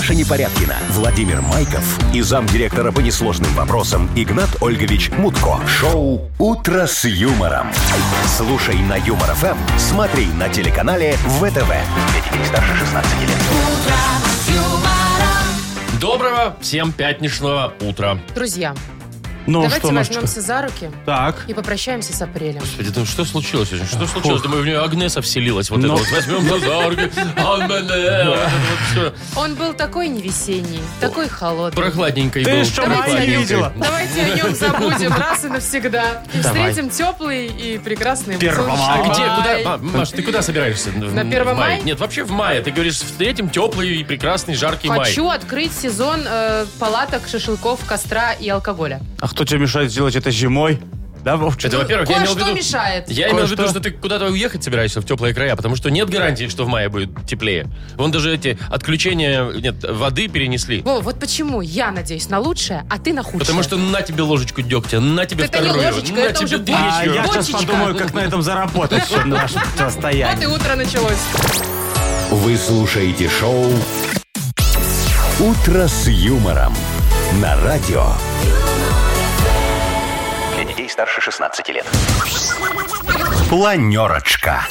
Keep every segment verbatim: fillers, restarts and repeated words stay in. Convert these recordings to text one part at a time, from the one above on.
Маша Непорядкина, Владимир Майков и замдиректора по несложным вопросам Игнат Ольгович Мутко. Шоу «Утро с юмором». Слушай на Юмор ФМ, смотри на телеканале ВТВ. Для детей старше шестнадцати лет. Доброго всем пятничного утра. Друзья, Ну, давайте что, Машечка? возьмемся за руки Так. и попрощаемся с апрелем. Господи, да что случилось? Что случилось? Думаю, в нее Агнеса вселилась. Вот это вот. Возьмем за руки. Он был такой невесенний, такой холодный. Прохладненький Ты был. что, мая не видела? Давайте о нем забудем раз и навсегда. И Давай. встретим теплый и прекрасный Первого солнечный А где, май. куда? Ма- Маш, ты куда собираешься? На первое мая? Нет, вообще в мае. Ты говоришь, встретим теплый и прекрасный жаркий май. Хочу открыть сезон э, палаток, шашлыков, костра и алкоголя. А кто тебе мешает сделать это зимой? Да, Вовчик? Это, во-первых, я имел в Кое-что виду... мешает. Я имел в виду, Кое-что. что ты куда-то уехать собираешься в теплые края, потому что нет гарантии, что в мае будет теплее. Вон даже эти отключения нет, воды перенесли. Во, вот почему я надеюсь на лучшее, а ты на худшее. Потому что на тебе ложечку дегтя, на тебе Это не вторую, ложечка, на это тебе уже третью. А я сейчас Бочечка. подумаю, как на этом заработать все на нашем Вот и состоянии. утро началось. Вы слушаете шоу «Утро с юмором» на радио. Для детей старше шестнадцати лет. Планерочка.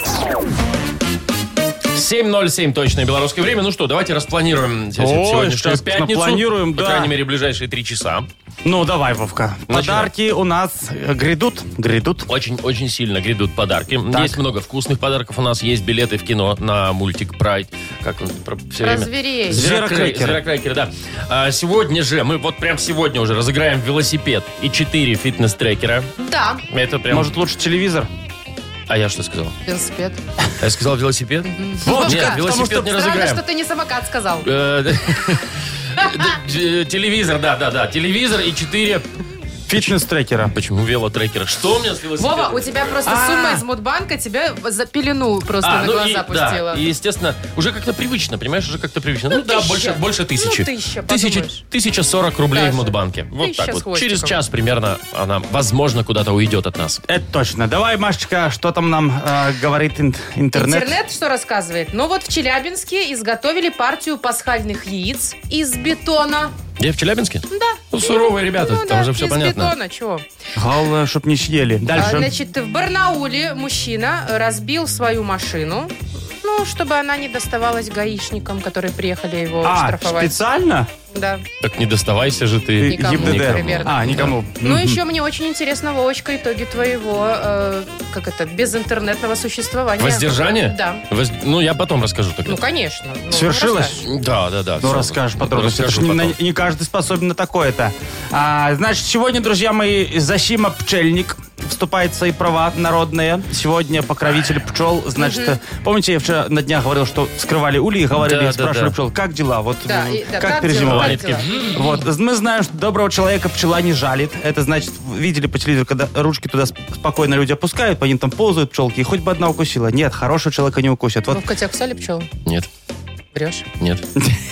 семь ноль семь точное белорусское время. Ну что, давайте распланируем Ой, сегодняшнюю сейчас пятницу. напланируем, По да. крайней мере, ближайшие три часа. Ну, давай, Вовка. Начинаем. Подарки у нас э, грядут. Грядут. Очень-очень сильно грядут подарки. Так. Есть много вкусных подарков. У нас есть билеты в кино на мультик Прайд. Как он про, все Про время? зверей. Зверокрекеры. Зверокрекеры, да. А, сегодня же, мы вот прям сегодня уже разыграем велосипед и четыре фитнес-трекера. Да, Это прям... Может, лучше телевизор? А я что сказал? велосипед. А я сказал велосипед? Вовка, Нет, велосипед не Странно, разыграем. что ты не самокат сказал. Э, д- Телевизор, да, да, да. Телевизор и четыре... Фитнес-трекера. Почему велотрекера? Что у меня с велосипедом? Вова, у тебя просто А. сумма из Мудбанка тебя за пелену просто А, на ну глаза и, да, пустила. и, естественно, уже как-то привычно, понимаешь, уже как-то привычно. Ну, Ну, да, тысяча. больше, больше тысячи. Ну, тысяча, Тысяча, подумаешь. тысяча сорок рублей Даже. в Мудбанке. Вот Тысяча так с вот. хвостиком. Через час примерно она, возможно, куда-то уйдет от нас. Это точно. Давай, Машечка, что там нам э, говорит ин- интернет? Интернет что рассказывает? Ну вот в Челябинске изготовили партию пасхальных яиц из бетона. Где, в Челябинске? Да. Ну, суровые ребята, Ну там да, же все из понятно. бетона, чего? Главное, чтоб не съели. А, Дальше. значит, в Барнауле мужчина разбил свою машину, ну, чтобы она не доставалась гаишникам, которые приехали его А, штрафовать. специально? Да. Так не доставайся же ты. Никому, ГИБДД. примерно. А, никому. Ну, Мгм. еще мне очень интересно, Вовочка, итоги твоего, э, как это, безинтернетного существования. Воздержание? Да. Воз- Ну, я потом расскажу тогда. Ну, конечно. Ну, Свершилось? расскажешь. Да, да, да. Ну, всё. расскажешь подробности. Это ж Расскажу не, потом. на- не каждый способен на такое-то. А, значит, сегодня, друзья мои, Зосима Пчельник вступает в свои права народные. Сегодня покровитель пчел. Значит, э, помните, я вчера на днях говорил, что вскрывали ульи и говорили, Да, да, спрашивали да. пчел, как дела? Вот Да, э, и- да, как как перезимовали? дела, как дела? Вот, мы знаем, что доброго человека пчела не жалит. Это значит, видели по телевизору, когда ручки туда сп- спокойно люди опускают, по ним там ползают пчелки, и хоть бы одна укусила. Нет, хорошего человека не укусят. Вот, Вовка, тебя кусали пчелы? Нет, Врешь? нет.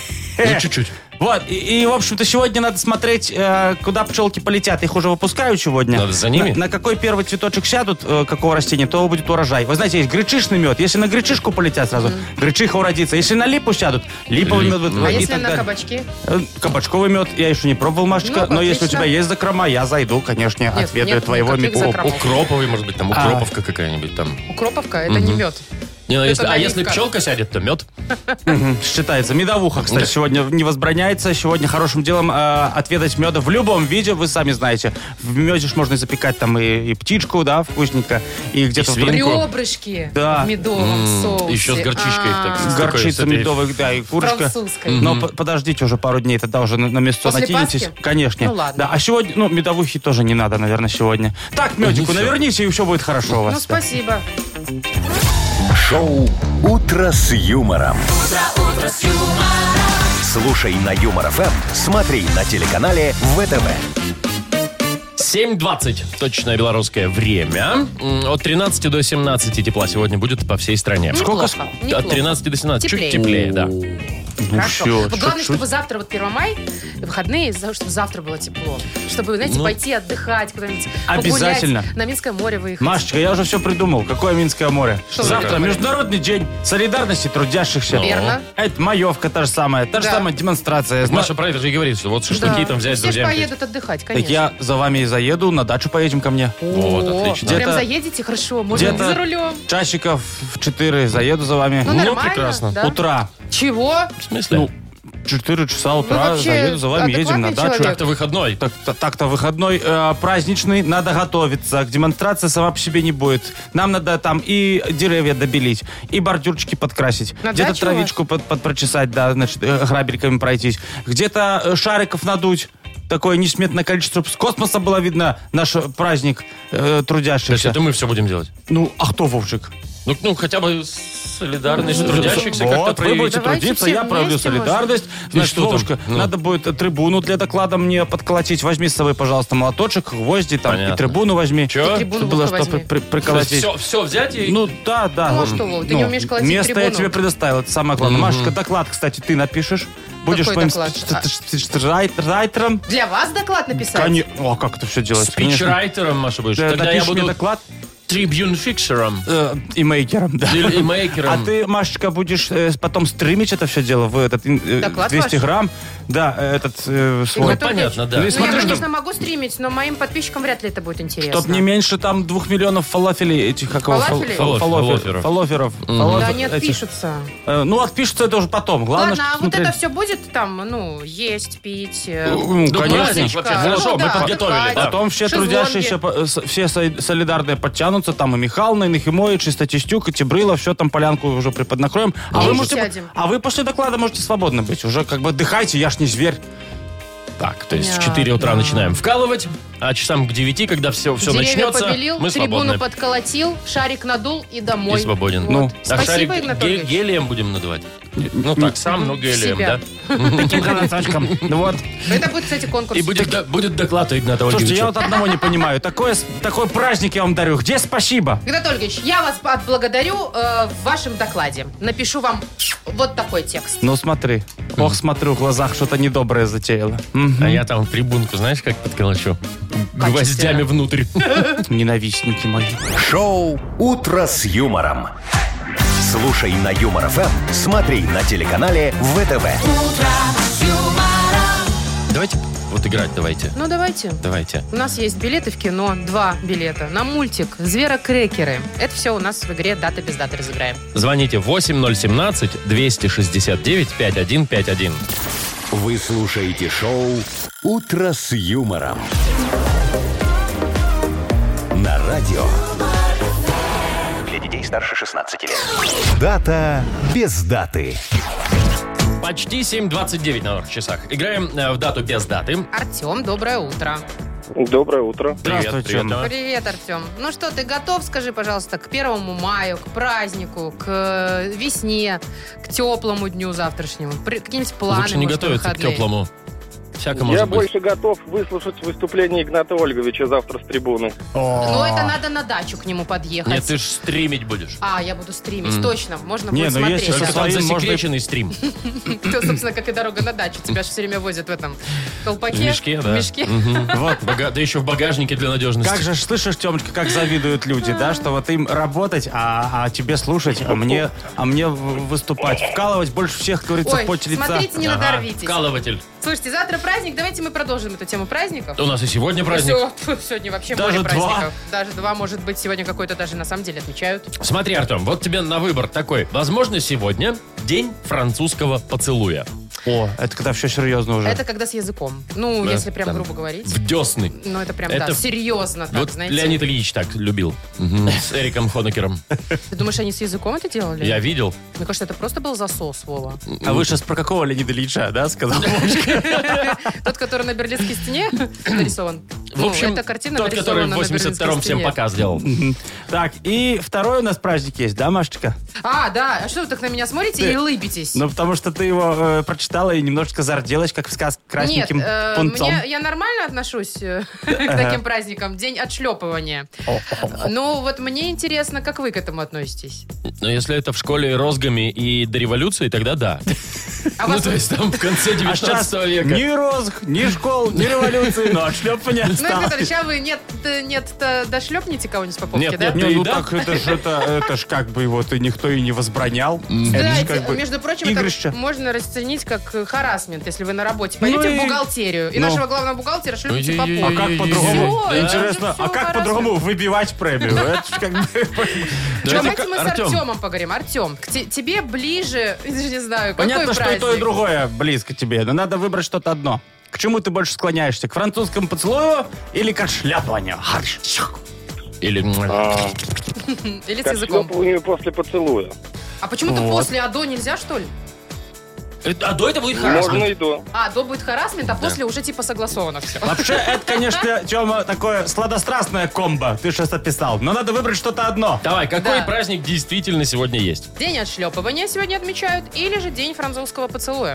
Ну, чуть-чуть. вот и, и, в общем-то, сегодня надо смотреть, э, куда пчелки полетят. Их уже выпускают сегодня. Надо за ними? На, на какой первый цветочек сядут, э, какого растения, то будет урожай. Вы знаете, есть гречишный мед. Если на гречишку полетят сразу, гречиха уродится. Если на липу сядут, липовый Лип. мед. будет, А и если так на далее. кабачки? Э, Кабачковый мед я еще не пробовал, Машечка, Ну, но если у отлично. тебя есть закрома, я зайду, конечно, Нет, отведаю нет твоего никаких медку. закромов. Укроповый, может быть, там А. укроповка какая-нибудь там. Укроповка, это не мед. Не, ну, если- Это а если наливка. пчелка сядет, то мед. Мгм, считается. Медовуха, кстати, сегодня не возбраняется. Сегодня хорошим делом э, отведать меда в любом виде, вы сами знаете. В меде ж можно и запекать там и, и птичку, да, вкусненько, и где-то в свинку. другом- Ребрышки Да. в медовом соусе. еще с горчичкой, А, так, с горчица такой, с этой- медовая, да, и курочка. Французской. Но по- подождите уже пару дней, тогда уже на, на мясо После накинетесь. Пасхи? Конечно. Ну, ладно. Да, а сегодня, ну, медовухи тоже не надо, наверное, сегодня. Так, медику всё. наверните, и все будет хорошо у вас. Ну, спасибо. Шоу «Утро с юмором». Слушай на Юмор ФМ, смотри на телеканале ВТВ. семь двадцать. Точное белорусское время. М, От тринадцати до семнадцати тепла сегодня будет по всей стране. Сколько? Неплохо, От неплохо. тринадцати до семнадцати. Чуть Теплее. теплее, да. Хорошо. всё, Вот главное, чуть-чуть. чтобы завтра, вот первое мая, выходные, за- чтобы завтра было тепло. Чтобы, знаете, Ну. пойти отдыхать куда-нибудь, Обязательно. погулять, на Минское море выехать. Машечка, я уже все придумал. Какое Минское море? Что Завтра такое? Международный день солидарности трудящихся. Верно. Это маевка та же самая, та же Да. самая демонстрация. Зна- Маша про это же и говорит, что вот шашлыки там взять с Все же друзьями. поедут отдыхать, Так конечно. я за вами и заеду, на дачу поедем ко мне. Вот, О, отлично. вы Прям Где-то- заедете, хорошо, может, Где-то за рулем. часиков в четыре заеду за вами. Ну, Ну, нормально, прекрасно. да? Утра. Чего? В смысле? Ну, четыре часа утра вообще заеду за вами, едем на адекватный дачу. человек? Так-то выходной. Так- та- Так-то выходной э, праздничный, надо готовиться. К демонстрации сама по себе не будет. Нам надо там и деревья добелить, и бордюрчики подкрасить. На Где-то даче у вас? травичку под, подпрочесать, да, значит, э, грабельками пройтись. Где-то э, шариков надуть. Такое несметное количество. С космоса было видно наш праздник э, То есть трудящихся. это мы все будем делать. Ну, а кто, Вовчик? Ну, ну хотя бы солидарность трудящихся Вот, как-то вы будете проявить. Давайте трудиться, все я проявлю вместе, может. солидарность. И Значит, что там? Вовушка, Ну. надо будет э, трибуну для доклада мне подколотить. Возьми с собой, пожалуйста, молоточек, гвозди там, Понятно. и трибуну возьми. Чё? И трибуну Чтобы было в-ка что возьми. при- при- приколотить. Все, все взять и... Ну, да, да. Ну, а Вот, что, Вов, ты не умеешь колотить Место я трибуну? тебе предоставил, это самое главное. Машечка, доклад, кстати, ты напишешь. Будешь Какой моим доклад? ст- ст- ст- рай- райтером. Для вас доклад написать? Конечно. О, как это все делать? спичрайтером, Маша, будешь. Э, Тогда я Напишешь мне буду доклад трибюн-фиксером. э, и мейкером, да. Или и мейкером. А ты, Машечка, будешь э, потом стримить это все дело в этот э, Доклад двести ваш? грамм. Да, э, этот э, свой. Игнат Ольгович, понятно, да. Ну, и Ну, смотри, я, чтоб- конечно, могу стримить, но моим подписчикам вряд ли это будет интересно. Чтоб не меньше там двух миллионов фалафелей этих, как его, Фалафелей? фал- Фалоферов. Фалоферов. Да, Фалофер- они этих. отпишутся. Э, Ну, отпишутся это уже потом. Главное, Ладно, а чтоб вот смотрели. это все будет там, ну, есть, пить, э, Ну, Ну, конечно. праздник вообще, Ну, хорошо, мы да, подготовили. отдыхать. да. Потом все Шезлонги. трудящиеся, по- с- все со- солидарные подтянутся, там и Михайловна, и Нахимович, и Статистюк, и Тибрила, все там полянку уже преподнакроем. А И вы, можете, сядем. а вы после доклада можете свободно быть. Уже как бы отдыхайте, я ж не зверь. Так, то есть в Понятно. четыре утра начинаем вкалывать, а часам к девяти, когда все, все деревья начнется, побелил, мы трибуну свободны. подколотил, шарик надул и домой. И свободен. Вот. Ну. А Спасибо, шарик Игнат ге- Ольгович. гелием будем надувать? Ну так, сам, но гелием, себя. да? Таким концочком. Вот. Это будет, кстати, конкурс. И будет, до- будет доклад у Игната Слушайте, я Ольговича. вот одного не понимаю. Такой, с- такой праздник я вам дарю. Где спасибо? Игнат Ольгович, я вас отблагодарю э, в вашем докладе. Напишу вам вот такой текст. Ну, смотри. Ох, смотрю, в глазах что-то недоброе затеяло. Мгм. А я там трибунку, знаешь, как подколочу? Гвоздями внутрь. Ненавистники мои. Шоу «Утро с юмором». Слушай на Юмор ФМ, смотри на телеканале ВТВ. Давайте вот играть, давайте. Ну, давайте. Давайте. У нас есть билеты в кино, два билета. На мультик «Зверокрекеры». Это все у нас в игре «Дата без даты» разыграем. Звоните восемь ноль семнадцать двести шестьдесят девять пятьдесят один пятьдесят один. Вы слушаете шоу «Утро с юмором». На радио. Для детей старше шестнадцати лет. Дата без даты. Почти семь двадцать девять на наших часах. Играем э, в дату без даты. Артем, доброе утро. Доброе утро. Привет, Здравствуйте. привет. Тёма. Привет, Артем. Ну что, ты готов, скажи, пожалуйста, к первому маю, к празднику, к э, весне, к теплому дню завтрашнему? При- Какие-нибудь планы, Лучше не может, на готовиться к выходные? теплому. Всяко Я может быть. больше готов выслушать выступление Игната Ольговича завтра с трибуны. Ну, это надо на дачу к нему подъехать. Нет, ты ж стримить будешь. А, я буду стримить, точно, можно Не, будет ну, смотреть. если со Только там своим можно- засекреченный стрим. Это, собственно, как и дорога на дачу. Тебя же все время возят в этом колпаке. В мешке, да. В мешке. Мгм. Вот, бага- да еще в багажнике для надежности. Как же, ж, слышишь, Темочка, как завидуют люди, да, что вот им работать, а, а тебе слушать, а мне, а мне в- выступать, вкалывать больше всех, как говорится, Ой, в поте лица. смотрите, не Ага, надорвитесь. вкалыватель. Слушайте, завтра праздник, давайте мы продолжим эту тему праздников. У нас и сегодня праздник. Все, сегодня вообще Даже море два. праздников. Даже два, может быть, сегодня какой-то даже на самом деле отмечают. Смотри, Артем, вот тебе на выбор такой. Возможно, сегодня день французского поцелуя. О, это когда все серьезно уже. Это когда с языком. Ну, Да, если прям там, грубо говорить. В десны. Ну, это прям, Это да, в- серьезно так, Вот знаете. Леонид Ильич так любил. Мгм. С Эриком Хонекером. Ты думаешь, они с языком это делали? Я видел. Мне кажется, это просто был засос, Вова. А вы сейчас про какого Леонида Ильича, да, сказал? Тот, который на Берлинской стене нарисован. В Ну, общем, эта картина тот, который в нарисована на восемьдесят втором всем Берлинской показ сделал. Так, и второй у нас праздник есть, да, Машечка? А, да. А что вы так на меня смотрите Ты- и улыбитесь? Ну, потому что ты его э, прочитала и немножечко зарделась, как в сказке, Нет, красненьким э, пунцом. мне, я нормально отношусь э, к таким праздникам. День отшлепывания. Ну, вот мне интересно, как вы к этому относитесь? Но если это в школе розгами и до революции, тогда да. А Ну, вас- то есть там в конце А сейчас девятнадцатого века. ни розг, ни школ, ни революции, но отшлепывания Ну, Игнат осталось. Петрович, а вы нет, э, нет, э, дошлепните кого-нибудь по попке, Нет, да? нет, Не, Да и ну да. так это ж это, это ж как бы его ты никто и не возбранял. Это ж Знаете, как бы между прочим, игрище. это можно расценить как э, харассмент, если вы на работе пойдете Ну и- в бухгалтерию, и ну. нашего главного бухгалтера шлепните по Ой-ой-ой. попке. А как Ой-ой-ой. по-другому? Всё, Интересно, это а всё как по-другому выбивать премию? Это ж как бы... Давайте мы с Артем. Артемом поговорим. Артем, к те- тебе ближе, я даже не знаю, Понятно, какой что и праздник? то, и другое близко тебе, но надо выбрать что-то одно. К чему ты больше склоняешься? К французскому поцелую или к отшляпыванию? Или... А, Или с Как языком. шлепывание после поцелуя. А почему-то Вот. после АДО нельзя, что ли? А до этого будет Можно харассмент. и до. А, до будет харассмент, а после уже типа согласовано все. Вообще, это, конечно, Тёма, такое сладострастное комбо ты сейчас описал. Но надо выбрать что-то одно. Давай, какой Да. праздник действительно сегодня есть? День отшлепывания сегодня отмечают, или же день французского поцелуя.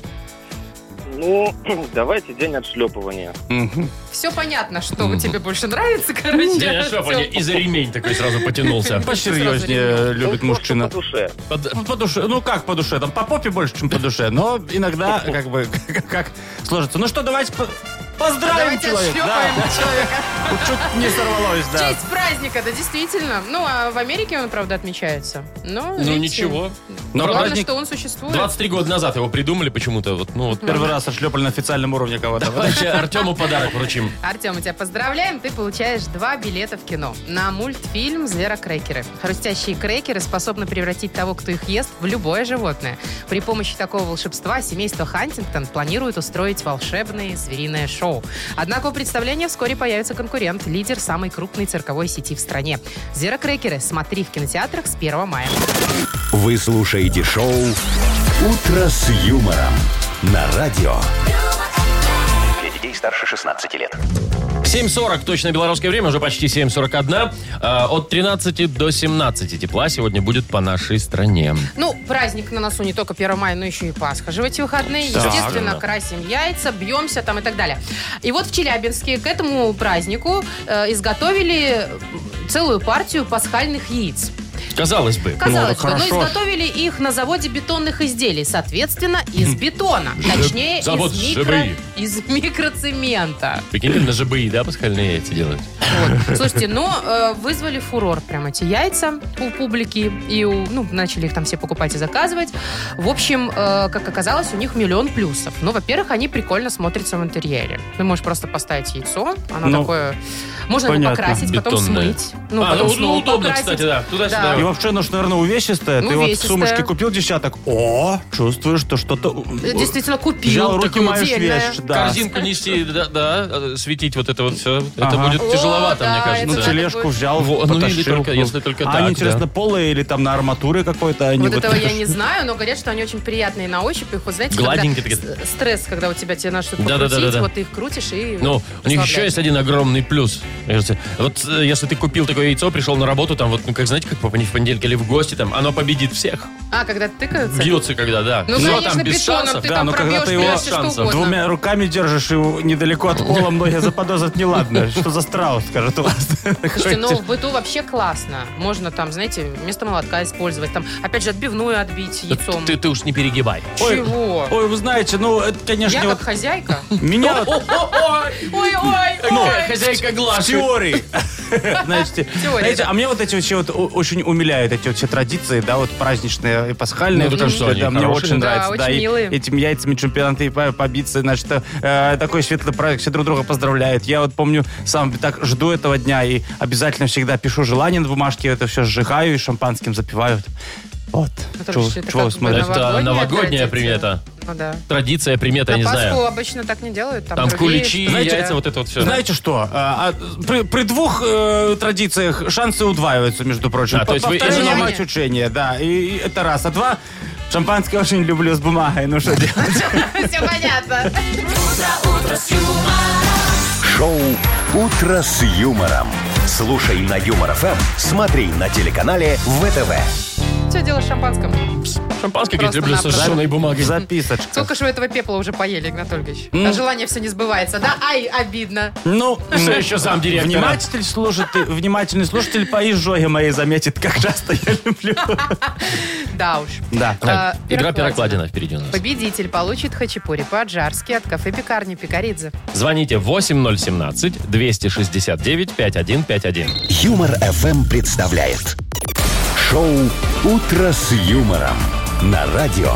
Ну, давайте день отшлепывания. Все понятно, что тебе больше нравится, короче. День отшлепывания. Артём. И за ремень такой сразу потянулся. Посерьезнее любит Ну, мужчина. просто по душе. Под- По душе, ну как по душе, там по попе больше, чем по душе, но иногда как бы как сложится. Ну что, давайте по- поздравим Давайте человека. отшлепаем Да. человека. Чуть не сорвалось, В да. честь праздника, да, действительно. Ну, а в Америке он, правда, отмечается. Ну, Ну видите, ничего. Но Главное, праздник что он существует. двадцать три года назад его придумали почему-то. Вот, ну вот. первый раз отшлепали на официальном уровне кого-то. Давайте Артему подарок вручим. Артем, мы тебя поздравляем. Ты получаешь два билета в кино на мультфильм «Зверокрекеры». Хрустящие крекеры способны превратить того, кто их ест, в любое животное. При помощи такого волшебства семейство Хантингтон планирует устроить волшебное звериное шоу. Однако у представления вскоре появится конкурент, лидер самой крупной цирковой сети в стране. «Зверокрекеры». Смотри в кинотеатрах с первого мая. Вы слушаете шоу «Утро с юмором» на радио. Для детей старше шестнадцати лет. семь сорок, точно белорусское время, уже почти семь сорок один. Э, от тринадцати до семнадцати тепла сегодня будет по нашей стране. Ну, праздник на носу не только первого мая, но еще и Пасха же в эти выходные. Так. Естественно, Да. красим яйца, бьемся там и так далее. И вот в Челябинске к этому празднику э, изготовили целую партию пасхальных яиц. Казалось бы. Казалось Ну, бы, но хорошо. изготовили их на заводе бетонных изделий, соответственно, из бетона. Точнее, Завод из, микро... ЖБИ. из микроцемента. Прикиньте, на ЖБИ, да, пасхальные яйца делают? Вот. Слушайте, но э, вызвали фурор прям эти яйца у публики. И у- ну, начали их там все покупать и заказывать. В общем, э, как оказалось, у них миллион плюсов. Ну, во-первых, они прикольно смотрятся в интерьере. Ты можешь просто поставить яйцо. Оно Ну, такое... Можно его понятно. покрасить, потом Бетонное. смыть. А, потом ну, снова ну, удобно, покрасить. кстати, да. Туда-сюда. И вообще, ну, что, наверное, увесистое. Ну, Ты вот в увесистое. сумочке купил десяток. О, чувствуешь, что что-то... Э, Действительно, купил. Взял руки, такую маешь удельное. вещь. Да. Корзинку нести, да, да, э, светить вот это вот все. Это Ага. будет О, тяжеловато, да, мне это кажется. Ну, надо тележку будет. взял, Во, ну, или потащил. только- если только а так, они, интересно, да. полые или там на арматуре какой-то? Они Вот этого я не знаю, но говорят, что они очень приятные на ощупь. Их, вот, знаете, Гладенькие когда такие. с- стресс, когда у тебя тебе надо что-то Да-да-да-да-да. покрутить, вот ты их крутишь и Ну, у них еще расслабляешь. есть один огромный плюс. Мне кажется, вот э, если ты купил такое яйцо, пришел на работу, там вот, ну, как знаете, как по в понедельник или в гости, там, оно победит всех. А, когда тыкаются? Бьется когда, да. Ну, Но конечно, там без бетоном шансов. ты Да, там но когда пробьешь, ты его пляшешь, что шансов. угодно. Двумя руками держишь его недалеко от пола, многие заподозрят неладно. Что за страус, скажет у вас? Слушайте, ну в быту вообще классно. Можно там, знаете, вместо молотка использовать. Там, опять же, отбивную отбить яйцом. Ты, ты уж не перегибай. Ой, Чего? Ой, вы знаете, ну, это, конечно, Я вот как хозяйка. меня вот Ой-ой-ой! Какая хозяйка в Глаши. теории. Знаете, Теория, знаете, да. а мне вот эти вообще вот о- очень умиляют эти вот все традиции, да, вот праздничные и пасхальные. Ну, потому так что они да, мне хорошие? очень Да, нравится. очень и милые. этими яйцами чемпионаты и по- побиться, значит, э, такой светлый праздник, все друг друга поздравляют. Я вот помню, сам так жду этого дня и обязательно всегда пишу желание на бумажке, это все сжигаю и шампанским запиваю. Вот. Это Чего вообще-то чего вы как бы смотрите? Это новогодняя традиция. примета. Ну да. Традиция, примета, я На не Пасху знаю. обычно так не делают. Там, Там другие куличи, штуки. яйца, вот это вот все. Знаете что? А, а, при, при двух э, традициях шансы удваиваются, между прочим. А, то есть вы Повторение из-за мать нового- учения, да. И, и это раз. А два, шампанское очень люблю с бумагой. Ну что делать? Все понятно. Шоу «Утро с юмором». Слушай на Юмор ФМ, смотри на телеканале ВТВ. Что делаешь с шампанским? Шампанское я люблю с Просто-напросто. сушеной бумагой. Записочка. Сколько же вы этого пепла уже поели, Игнат Ольгович? А желание все не сбывается, да? Ай, обидно. Ну, Все еще сам директор. внимательный слушатель, внимательный слушатель по изжоге моей заметит, как часто я люблю. Да уж. Да. А, Игра пирокладина. пирокладина впереди у нас. Победитель получит хачапури по-аджарски от кафе-пекарни Пикаридзе. Звоните восемь ноль семнадцать двести шестьдесят девять пятьдесят один пятьдесят один. Юмор ФМ представляет шоу «Утро с юмором» на радио.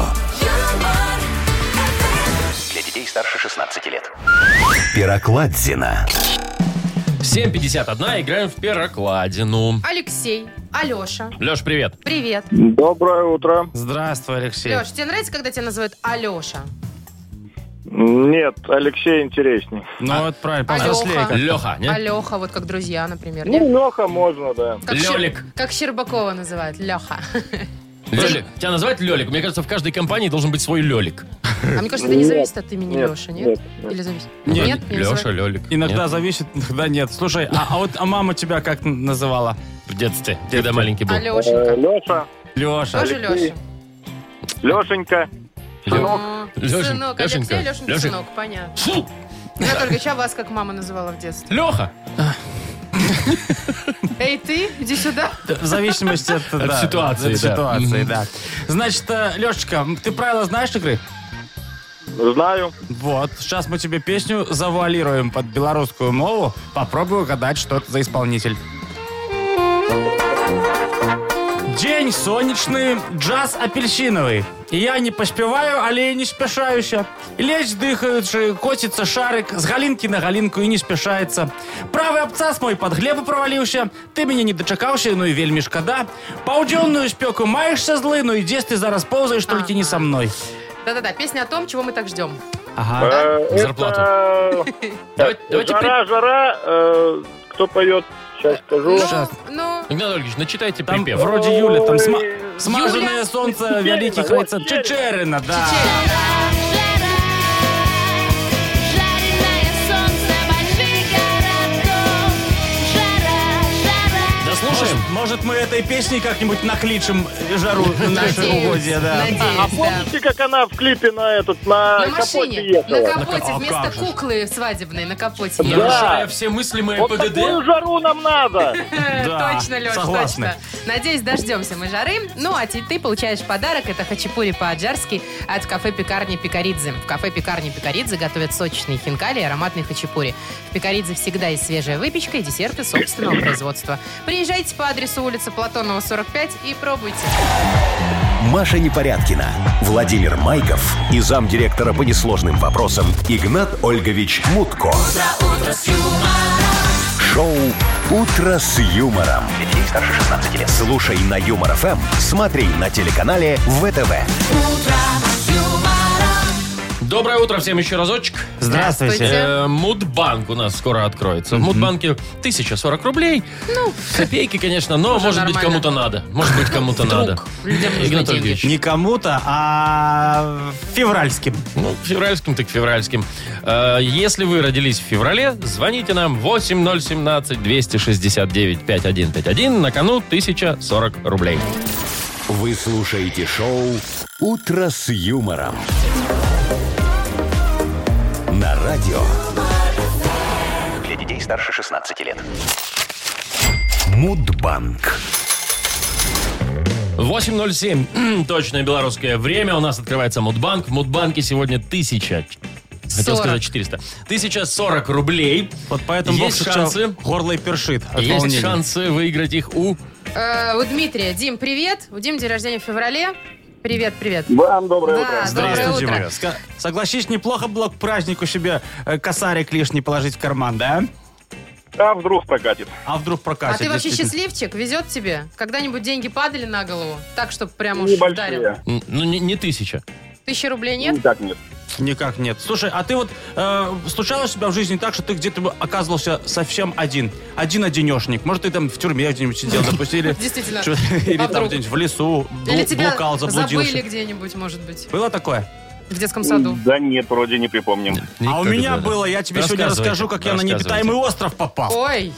Для детей старше шестнадцати лет. Пирокладзина. семь пятьдесят один, играем в пирокладину. Алексей, Алеша, Леш, привет. привет. Доброе утро. Здравствуй, Алексей. Леш, тебе нравится, когда тебя называют Алеша? Нет, Алексей интересней. Ну, вот правильно, Алёха. повзрослей как-то. Леха, не? Алеха, вот как друзья, например. нет? Ну, Леха можно, да. Как Щер- Лёлик. Как Щербакова называют, Леха. Лёлик. Тебя называют Лёлик. Мне кажется, в каждой компании должен быть свой Лёлик. А мне кажется, это не Нет, зависит от имени нет, Леша, нет? нет, нет. Или зависит? Нет, Нет, не Леша, называют? Лёлик. Иногда Нет? зависит, иногда нет. Слушай, а, а вот а мама тебя как называла? В детстве, когда маленький был. Алешенька. Леша, Леша. Тоже Леша? Лешенька. Лё- Сынок. Лёшенька, Сынок. Лёшенька, Алексей, Лешенька, Лёшенька. сынок, понятно. Фу! Игнат Ольгович, а вас как мама называла в детстве? Леха. Эй, ты, иди сюда. В зависимости от, От да, ситуации, от да. ситуации, Мгм. да. Значит, э, Лешечка, ты правила знаешь игры? Знаю. Вот, сейчас мы тебе песню завуалируем под белорусскую мову. Попробуй угадать, что это за исполнитель. День сонячный, джаз апельсиновый. И я не поспеваю, але и не спешаюся. Лечь дыхаючи, котится шарик, с галинки на галинку и не спешается. Правый абцас мой под глебу провалился, ты меня не дочакаўся, ну и вельми шкода. Паўдзённую спеку маешься злы, ну и десь ты зараз ползаешь, только не со мной. Да-да-да, песня о том, чего мы так ждем. Ага. Э, Зарплату. это, Давайте, давайте при- Жара, жара. э, Кто поет? Сейчас скажу. Сейчас. Ну, Игнат Ольгович, начитайте Там припев. вроде Юля, там сма- Ой, смаженное Юля? солнце Чечерина, великих вот райцев. Чечерина. Чечерина, да. Да слушаем. Может, мы этой песней как-нибудь накличем жару в наши надеюсь, угодья, да. А надеюсь, да. помните, как она в клипе на этот, на, На капоте машине, ехала? на капоте, А вместо как же? куклы свадебной на капоте. Нарушая все мыслимые Вот ПДД. такую жару нам надо. Да, Точно, Леш, согласны. точно. Надеюсь, дождемся мы жары. Ну, а ты, ты получаешь подарок. Это хачапури по-аджарски от кафе-пекарни Пикаридзе. В кафе-пекарни Пикаридзе готовят сочные хинкали и ароматные хачапури. В Пикаридзе всегда есть свежая выпечка и десерты собственного производства. Приезжайте по адресу улица Платонова, сорок пять и пробуйте. Маша Непорядкина, Владимир Майков и замдиректора по несложным вопросам Игнат Ольгович Мутко. Шоу «Утро с юмором». Для детей старше шестнадцати лет. Слушай на Юмор ФМ, смотри на телеканале ВТВ. Доброе утро всем еще разочек. Здравствуйте. Здравствуйте. Э, Мудбанк у нас скоро откроется. В Мудбанке тысяча сорок рублей. Ну, копейки, конечно, но Тоже может быть нормально. кому-то надо. Может быть кому-то надо. Людям нужны Игнат деньги. Ольгович. Не кому-то, а февральским. Ну, февральским так февральским. Э, Если вы родились в феврале, звоните нам восемь ноль семнадцать двести шестьдесят девять пятьдесят один пятьдесят один. На кону тысяча сорок рублей. Вы слушаете шоу «Утро с юмором». На радио. Для детей старше шестнадцати лет. Мудбанк. восемь ноль семь. Точное белорусское время. У нас открывается Мудбанк. В Мудбанке сегодня тысяча. Хотел сорок. сказать четыреста. тысяча сорок рублей. Вот поэтому Есть Вовчик сейчас шансы. горло и першит от Есть волнения. шансы выиграть их у... Э, у Дмитрия. Дим, привет. У Димы день рождения в феврале. Привет, привет. Вам доброе Да, утро. доброе Здравствуйте, утро. Дима. Ска- Согласись, неплохо было к празднику себе э, косарик лишний положить в карман, да? А вдруг прокатит? А вдруг А прокатит? ты вообще действительно? счастливчик? Везет тебе? Когда-нибудь деньги падали на голову? Так, чтобы прям уж ударил? Небольшие. Н- Ну, не, не тысяча. Тысячи рублей нет? Никак нет. Никак нет. Слушай, а ты вот э, случалось у тебя в жизни так, что ты где-то бы оказывался совсем один? Один-одинешник. Может, ты там в тюрьме где-нибудь сидел, допустим, или... Действительно. чё- Или А там вдруг? где-нибудь в лесу Или блу- тебя блукал, забыли заблудился. где-нибудь, может быть. Было такое? В детском саду? Да нет, вроде не припомним. А у Никогда, меня да. было, я тебе сегодня Рассказывайте, расскажу, как я на рассказывайте. необитаемый остров попал. Ой,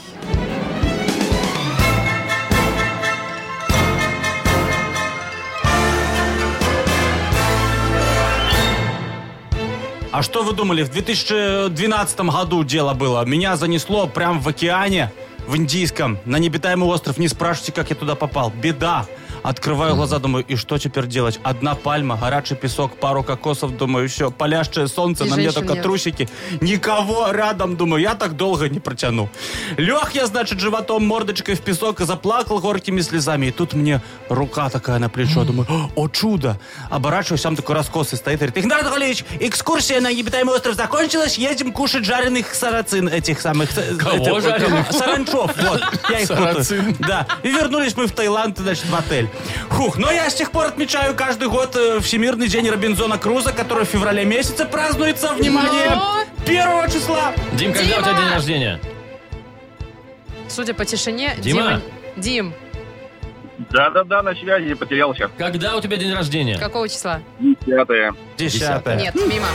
А что вы думали, в две тысячи двенадцатом году дело было. Меня занесло прямо в океане, в Индийском, на необитаемый остров. Не спрашивайте, как я туда попал. Беда. Открываю глаза, думаю, и что теперь делать? Одна пальма, горячий песок, пару кокосов, думаю, все, палящее солнце, И на мне женщин только нет. трусики. Никого рядом, думаю, я так долго не протяну. Лег я, значит, животом, мордочкой в песок и заплакал горькими слезами. И тут мне рука такая на плечо, думаю, о, чудо. Оборачиваюсь, сам такой раскосый стоит, говорит, Игнат Галевич, экскурсия на необитаемый остров закончилась, едем кушать жареных сарацин, этих самых... Кого этих- жареных? Саранчов, вот. Я их путаю. Сарацин. Да. И вернулись мы в Таиланд, значит, в отель. Фух, но я с тех пор отмечаю каждый год э, Всемирный день Робинзона Круза, который в феврале месяце празднуется, внимание, Но- первого числа. Дим, когда у тебя Дима! день рождения? судя по тишине, Дима? Дим, Да-да-да, на связи, потерялся. Когда у тебя день рождения? какого числа? Десятое. Десятое. Нет, мимо.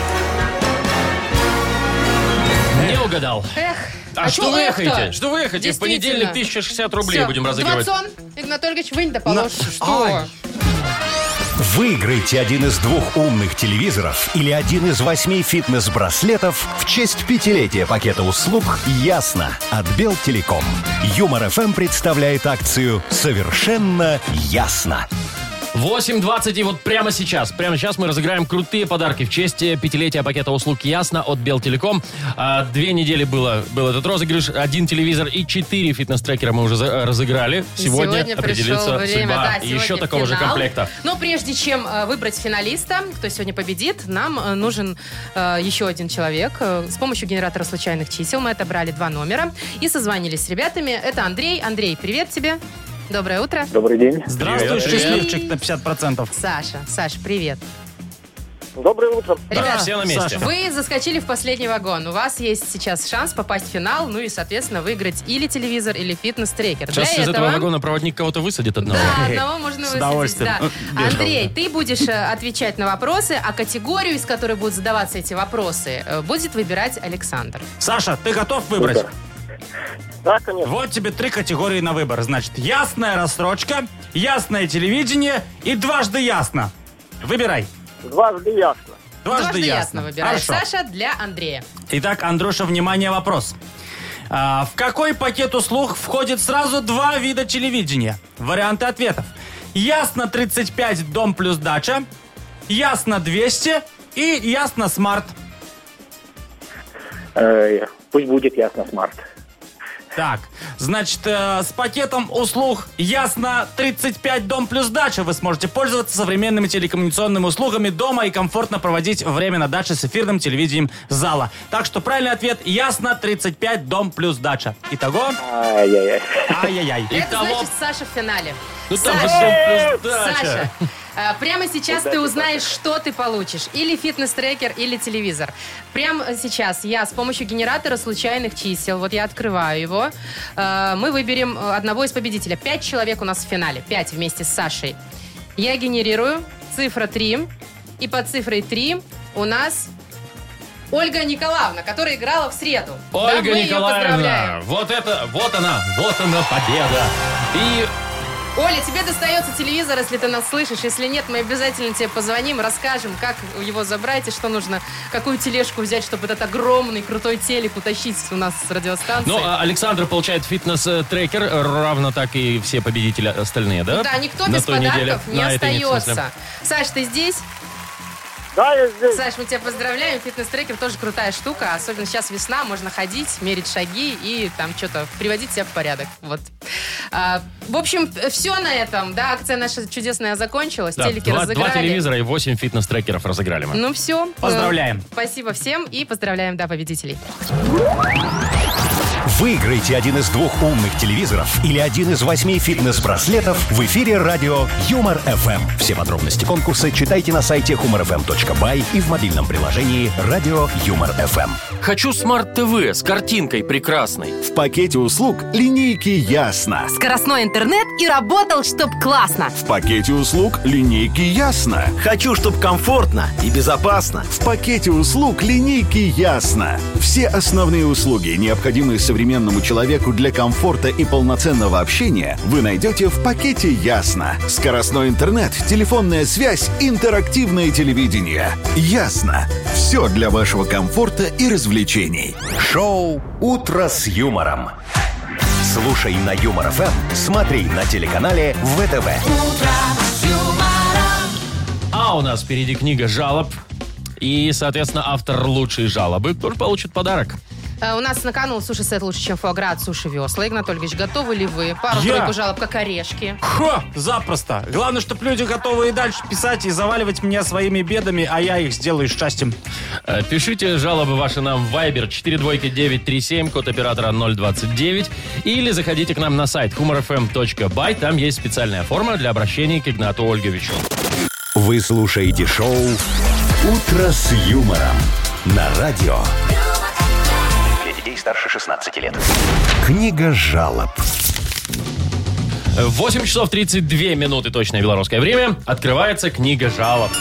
Не угадал. Эх, А, что чё вы эх-то? ехаете? Что вы ехаете? В Действительно. понедельник тысяча шестьдесят рублей Всё, будем разыгрывать. Двадцон, Игнат Ольгович, вынь да положь. На- Что? Ай. Выиграйте один из двух умных телевизоров или один из восьми фитнес-браслетов в честь пятилетия пакета услуг «Ясно» от Белтелеком. Юмор ФМ представляет акцию «Совершенно ясно». восемь двадцать, и вот прямо сейчас, прямо сейчас мы разыграем крутые подарки в честь э, пятилетия пакета услуг «Ясно» от Белтелеком. А, две недели было, был этот розыгрыш, один телевизор и четыре фитнес-трекера мы уже за- разыграли. Сегодня, Сегодня определится пришло время, судьба да, и сегодня еще такого же финал. комплекта. Но прежде чем э, выбрать финалиста, кто сегодня победит, нам э, нужен э, еще один человек. Э, с помощью генератора случайных чисел мы отобрали два номера и созвонились с ребятами. Это Андрей. Андрей, привет тебе. Доброе утро. Добрый день. Здравствуй, Привет. счастливчик на пятьдесят процентов. Саша. Саш, привет. Доброе утро. Ребята, все на месте. Саша. вы заскочили в последний вагон. У вас есть сейчас шанс попасть в финал, ну и, соответственно, выиграть или телевизор, или фитнес-трекер. Сейчас Для из этого вагона проводник кого-то высадит одного. Да, одного можно С высадить. удовольствием. Да. Э, Андрей, ты будешь э, отвечать на вопросы, а категорию, из которой будут задаваться эти вопросы, э, будет выбирать Александр. Саша, ты готов выбрать? Супер. Да, конечно. Вот тебе три категории на выбор. Значит, ясная рассрочка, ясное телевидение и дважды ясно. Выбирай. Дважды ясно. Дважды, ясно выбирает Хорошо. Саша для Андрея. Итак, Андрюша, внимание, вопрос. А, в какой пакет услуг входит сразу два вида телевидения? Варианты ответов. Ясно тридцать пять, дом плюс дача. Ясно двести и ясно смарт. Э, пусть будет ясно смарт. Так, значит, э, с пакетом услуг Ясно тридцать пять, дом плюс дача вы сможете пользоваться современными телекоммуникационными услугами дома и комфортно проводить время на даче с эфирным телевидением зала. Так что правильный ответ Ясно тридцать пять, дом плюс дача. Итого, Ай-яй-яй. ай-яй-яй. Это Итого- значит Саша в финале. Ну там же Саша, дом плюс дача. Саша, э, прямо сейчас ты узнаешь, что ты получишь. Или фитнес-трекер, или телевизор. Прямо сейчас я с помощью генератора случайных чисел, вот я открываю его, э, мы выберем э, одного из победителя. Пять человек у нас в финале. Пять вместе с Сашей. Я генерирую. Цифра три. И под цифрой три у нас Ольга Николаевна, которая играла в среду. Да, Ольга мы ее Николаевна, поздравляем. вот это, вот она, вот она победа. И Оля, тебе достается телевизор, если ты нас слышишь. Если нет, мы обязательно тебе позвоним, расскажем, как его забрать и что нужно, какую тележку взять, чтобы этот огромный крутой телек утащить у нас с радиостанции. Ну, а Александр получает фитнес-трекер, равно так и все победители остальные, да? Да, никто На без той неделе, подарков не на этой неделе, в смысле. остается. Саш, ты здесь? Да, я здесь. Саш, мы тебя поздравляем. Фитнес-трекер тоже крутая штука. Особенно сейчас весна, можно ходить, мерить шаги и там что-то приводить себя в порядок. Вот. А, в общем, все на этом. Да, акция наша чудесная закончилась. Да, Телеки два, разыграли. два телевизора и восемь фитнес-трекеров разыграли мы. Ну все. Поздравляем. Спасибо всем и поздравляем, да, победителей. Выиграйте один из двух умных телевизоров или один из восьми фитнес-браслетов в эфире радио Юмор эф эм. Все подробности конкурса читайте на сайте humor f m точка by и в мобильном приложении радио Юмор эф эм. Хочу смарт-ТВ с картинкой прекрасной. В пакете услуг линейки Ясно. Скоростной интернет и работал, чтоб классно. В пакете услуг линейки Ясно. Хочу, чтоб комфортно и безопасно. В пакете услуг линейки Ясно. Все основные услуги, необходимые современному человеку для комфорта и полноценного общения, вы найдете в пакете Ясно. Скоростной интернет, телефонная связь, интерактивное телевидение. Ясно. Все для вашего комфорта и развлечений. Шоу «Утро с юмором». Слушай на Юмор эф эм, смотри на телеканале вэ тэ вэ. А у нас впереди книга жалоб. И, соответственно, автор лучшей жалобы тоже получит подарок. Э, У нас на кону суши-сет лучше, чем фуагра от Суши Весла. Игнат Ольгович, готовы ли вы? Пару-тройку Я. жалоб, как орешки. Хо, запросто. Главное, чтобы люди готовы и дальше писать и заваливать меня своими бедами, а я их сделаю счастьем. Э, Пишите жалобы ваши нам в Viber четыре двойки девять три семь, код оператора ноль двадцать девять. Или заходите к нам на сайт humor f m точка by. Там есть специальная форма для обращения к Игнату Ольговичу. Вы слушаете шоу «Утро с юмором» на радио. Для детей старше шестнадцати лет. Книга жалоб. восемь часов тридцать две минуты, точное белорусское время. Открывается книга жалоб.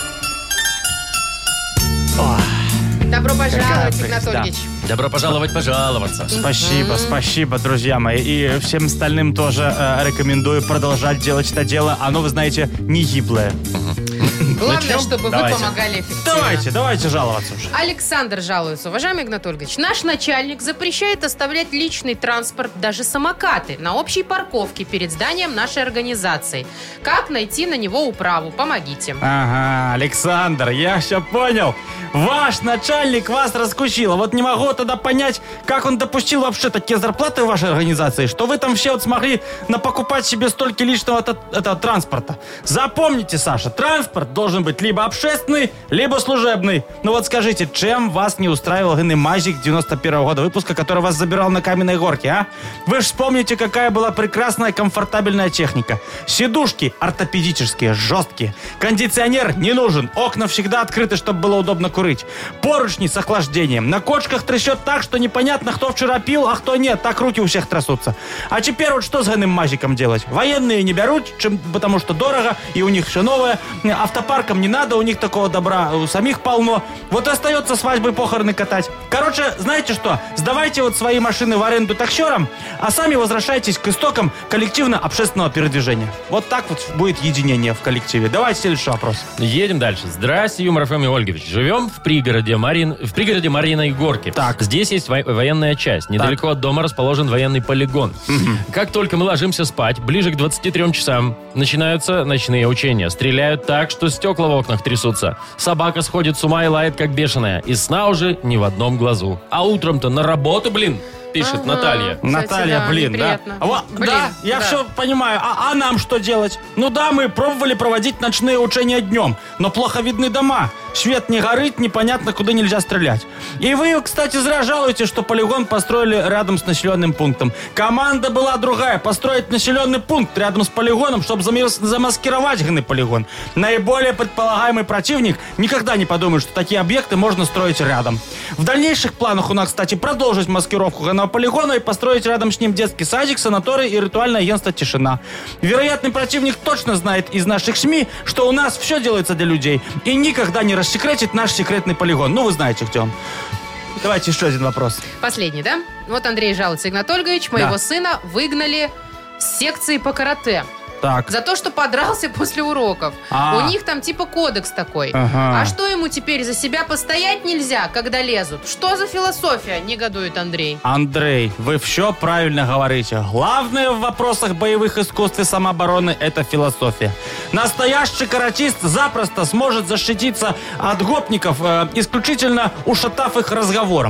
Добро пожаловать, прелесть, Игнат да. Ольгович. Добро пожаловать, пожаловаться. Спасибо, спасибо, друзья мои. И всем остальным тоже э, рекомендую продолжать делать это дело. Оно, вы знаете, не гиблое. Главное, Начнем? чтобы Давайте. вы помогали эффективно. Давайте, давайте жаловаться уже. Александр жалуется. Уважаемый Игнат Ольгович, наш начальник запрещает оставлять личный транспорт, даже самокаты, на общей парковке перед зданием нашей организации. Как найти на него управу? Помогите. Ага, Александр, я все понял. Ваш начальник вас раскусил. А вот не могу тогда понять, как он допустил вообще такие зарплаты в вашей организации, что вы там все вот смогли напокупать себе столько личного т- этого транспорта. Запомните, Саша, транспорт должен быть либо общественный, либо служебный. Ну вот скажите, чем вас не устраивал генный Мазик девяносто первого года выпуска, который вас забирал на Каменной горке, а? Вы же вспомните, какая была прекрасная комфортабельная техника. Сидушки ортопедические, жесткие. Кондиционер не нужен. Окна всегда открыты, чтобы было удобно курить. Поручни с охлаждением. На кочках трясет так, что непонятно, кто вчера пил, а кто нет. Так руки у всех трясутся. А теперь вот что с генным Мазиком делать? Военные не берут, чем, потому что дорого, и у них все новое. Автопаркам не надо, у них такого добра у самих полно. Вот и остается свадьбы и похороны катать. Короче, знаете что? Сдавайте вот свои машины в аренду таксерам, а сами возвращайтесь к истокам коллективно-общественного передвижения. Вот так вот будет единение в коллективе. Давайте следующий вопрос. Едем дальше. Здрасте, Юмор эф эм и Ольгович. Живем в пригороде, Марин... в пригороде Мариной Горки. Так. Здесь есть во- военная часть. Недалеко от дома расположен военный полигон. Как только мы ложимся спать, ближе к двадцати трем часам начинаются ночные учения. Стреляют так, что стекла в окнах трясутся. Собака сходит с ума и лает, как бешеная. И сна уже ни в одном глазу. А утром-то на работу, блин, пишет Ага. Наталья. Кстати, Наталья, да, блин, да. неприятно. А вот, Блин, да, я да. все понимаю. А, а нам что делать? Ну да, мы пробовали проводить ночные учения днем, но плохо видны дома. Свет не горит, непонятно, куда нельзя стрелять. И вы, кстати, зря жалуете, что полигон построили рядом с населенным пунктом. Команда была другая. Построить населенный пункт рядом с полигоном, чтобы замаскировать генный полигон. Наиболее предполагаемый противник никогда не подумает, что такие объекты можно строить рядом. В дальнейших планах у нас, кстати, продолжить маскировку генного полигона и построить рядом с ним детский садик, санаторий и ритуальное агентство «Тишина». Вероятный противник точно знает из наших СМИ, что у нас все делается для людей и никогда не рассекретит наш секретный полигон. Ну, вы знаете, где он. Давайте еще один вопрос. Последний, да? Вот Андрей жалуется. Игнат Ольгович, моего Да. сына выгнали с секции по карате. Так. За то, что подрался после уроков. А. У них там типа кодекс такой. Ага. А что ему теперь, за себя постоять нельзя, когда лезут? Что за философия? Негодует Андрей. Андрей, вы все правильно говорите. Главное в вопросах боевых искусств и самообороны – это философия. Настоящий каратист запросто сможет защититься от гопников, э, исключительно ушатав их разговором.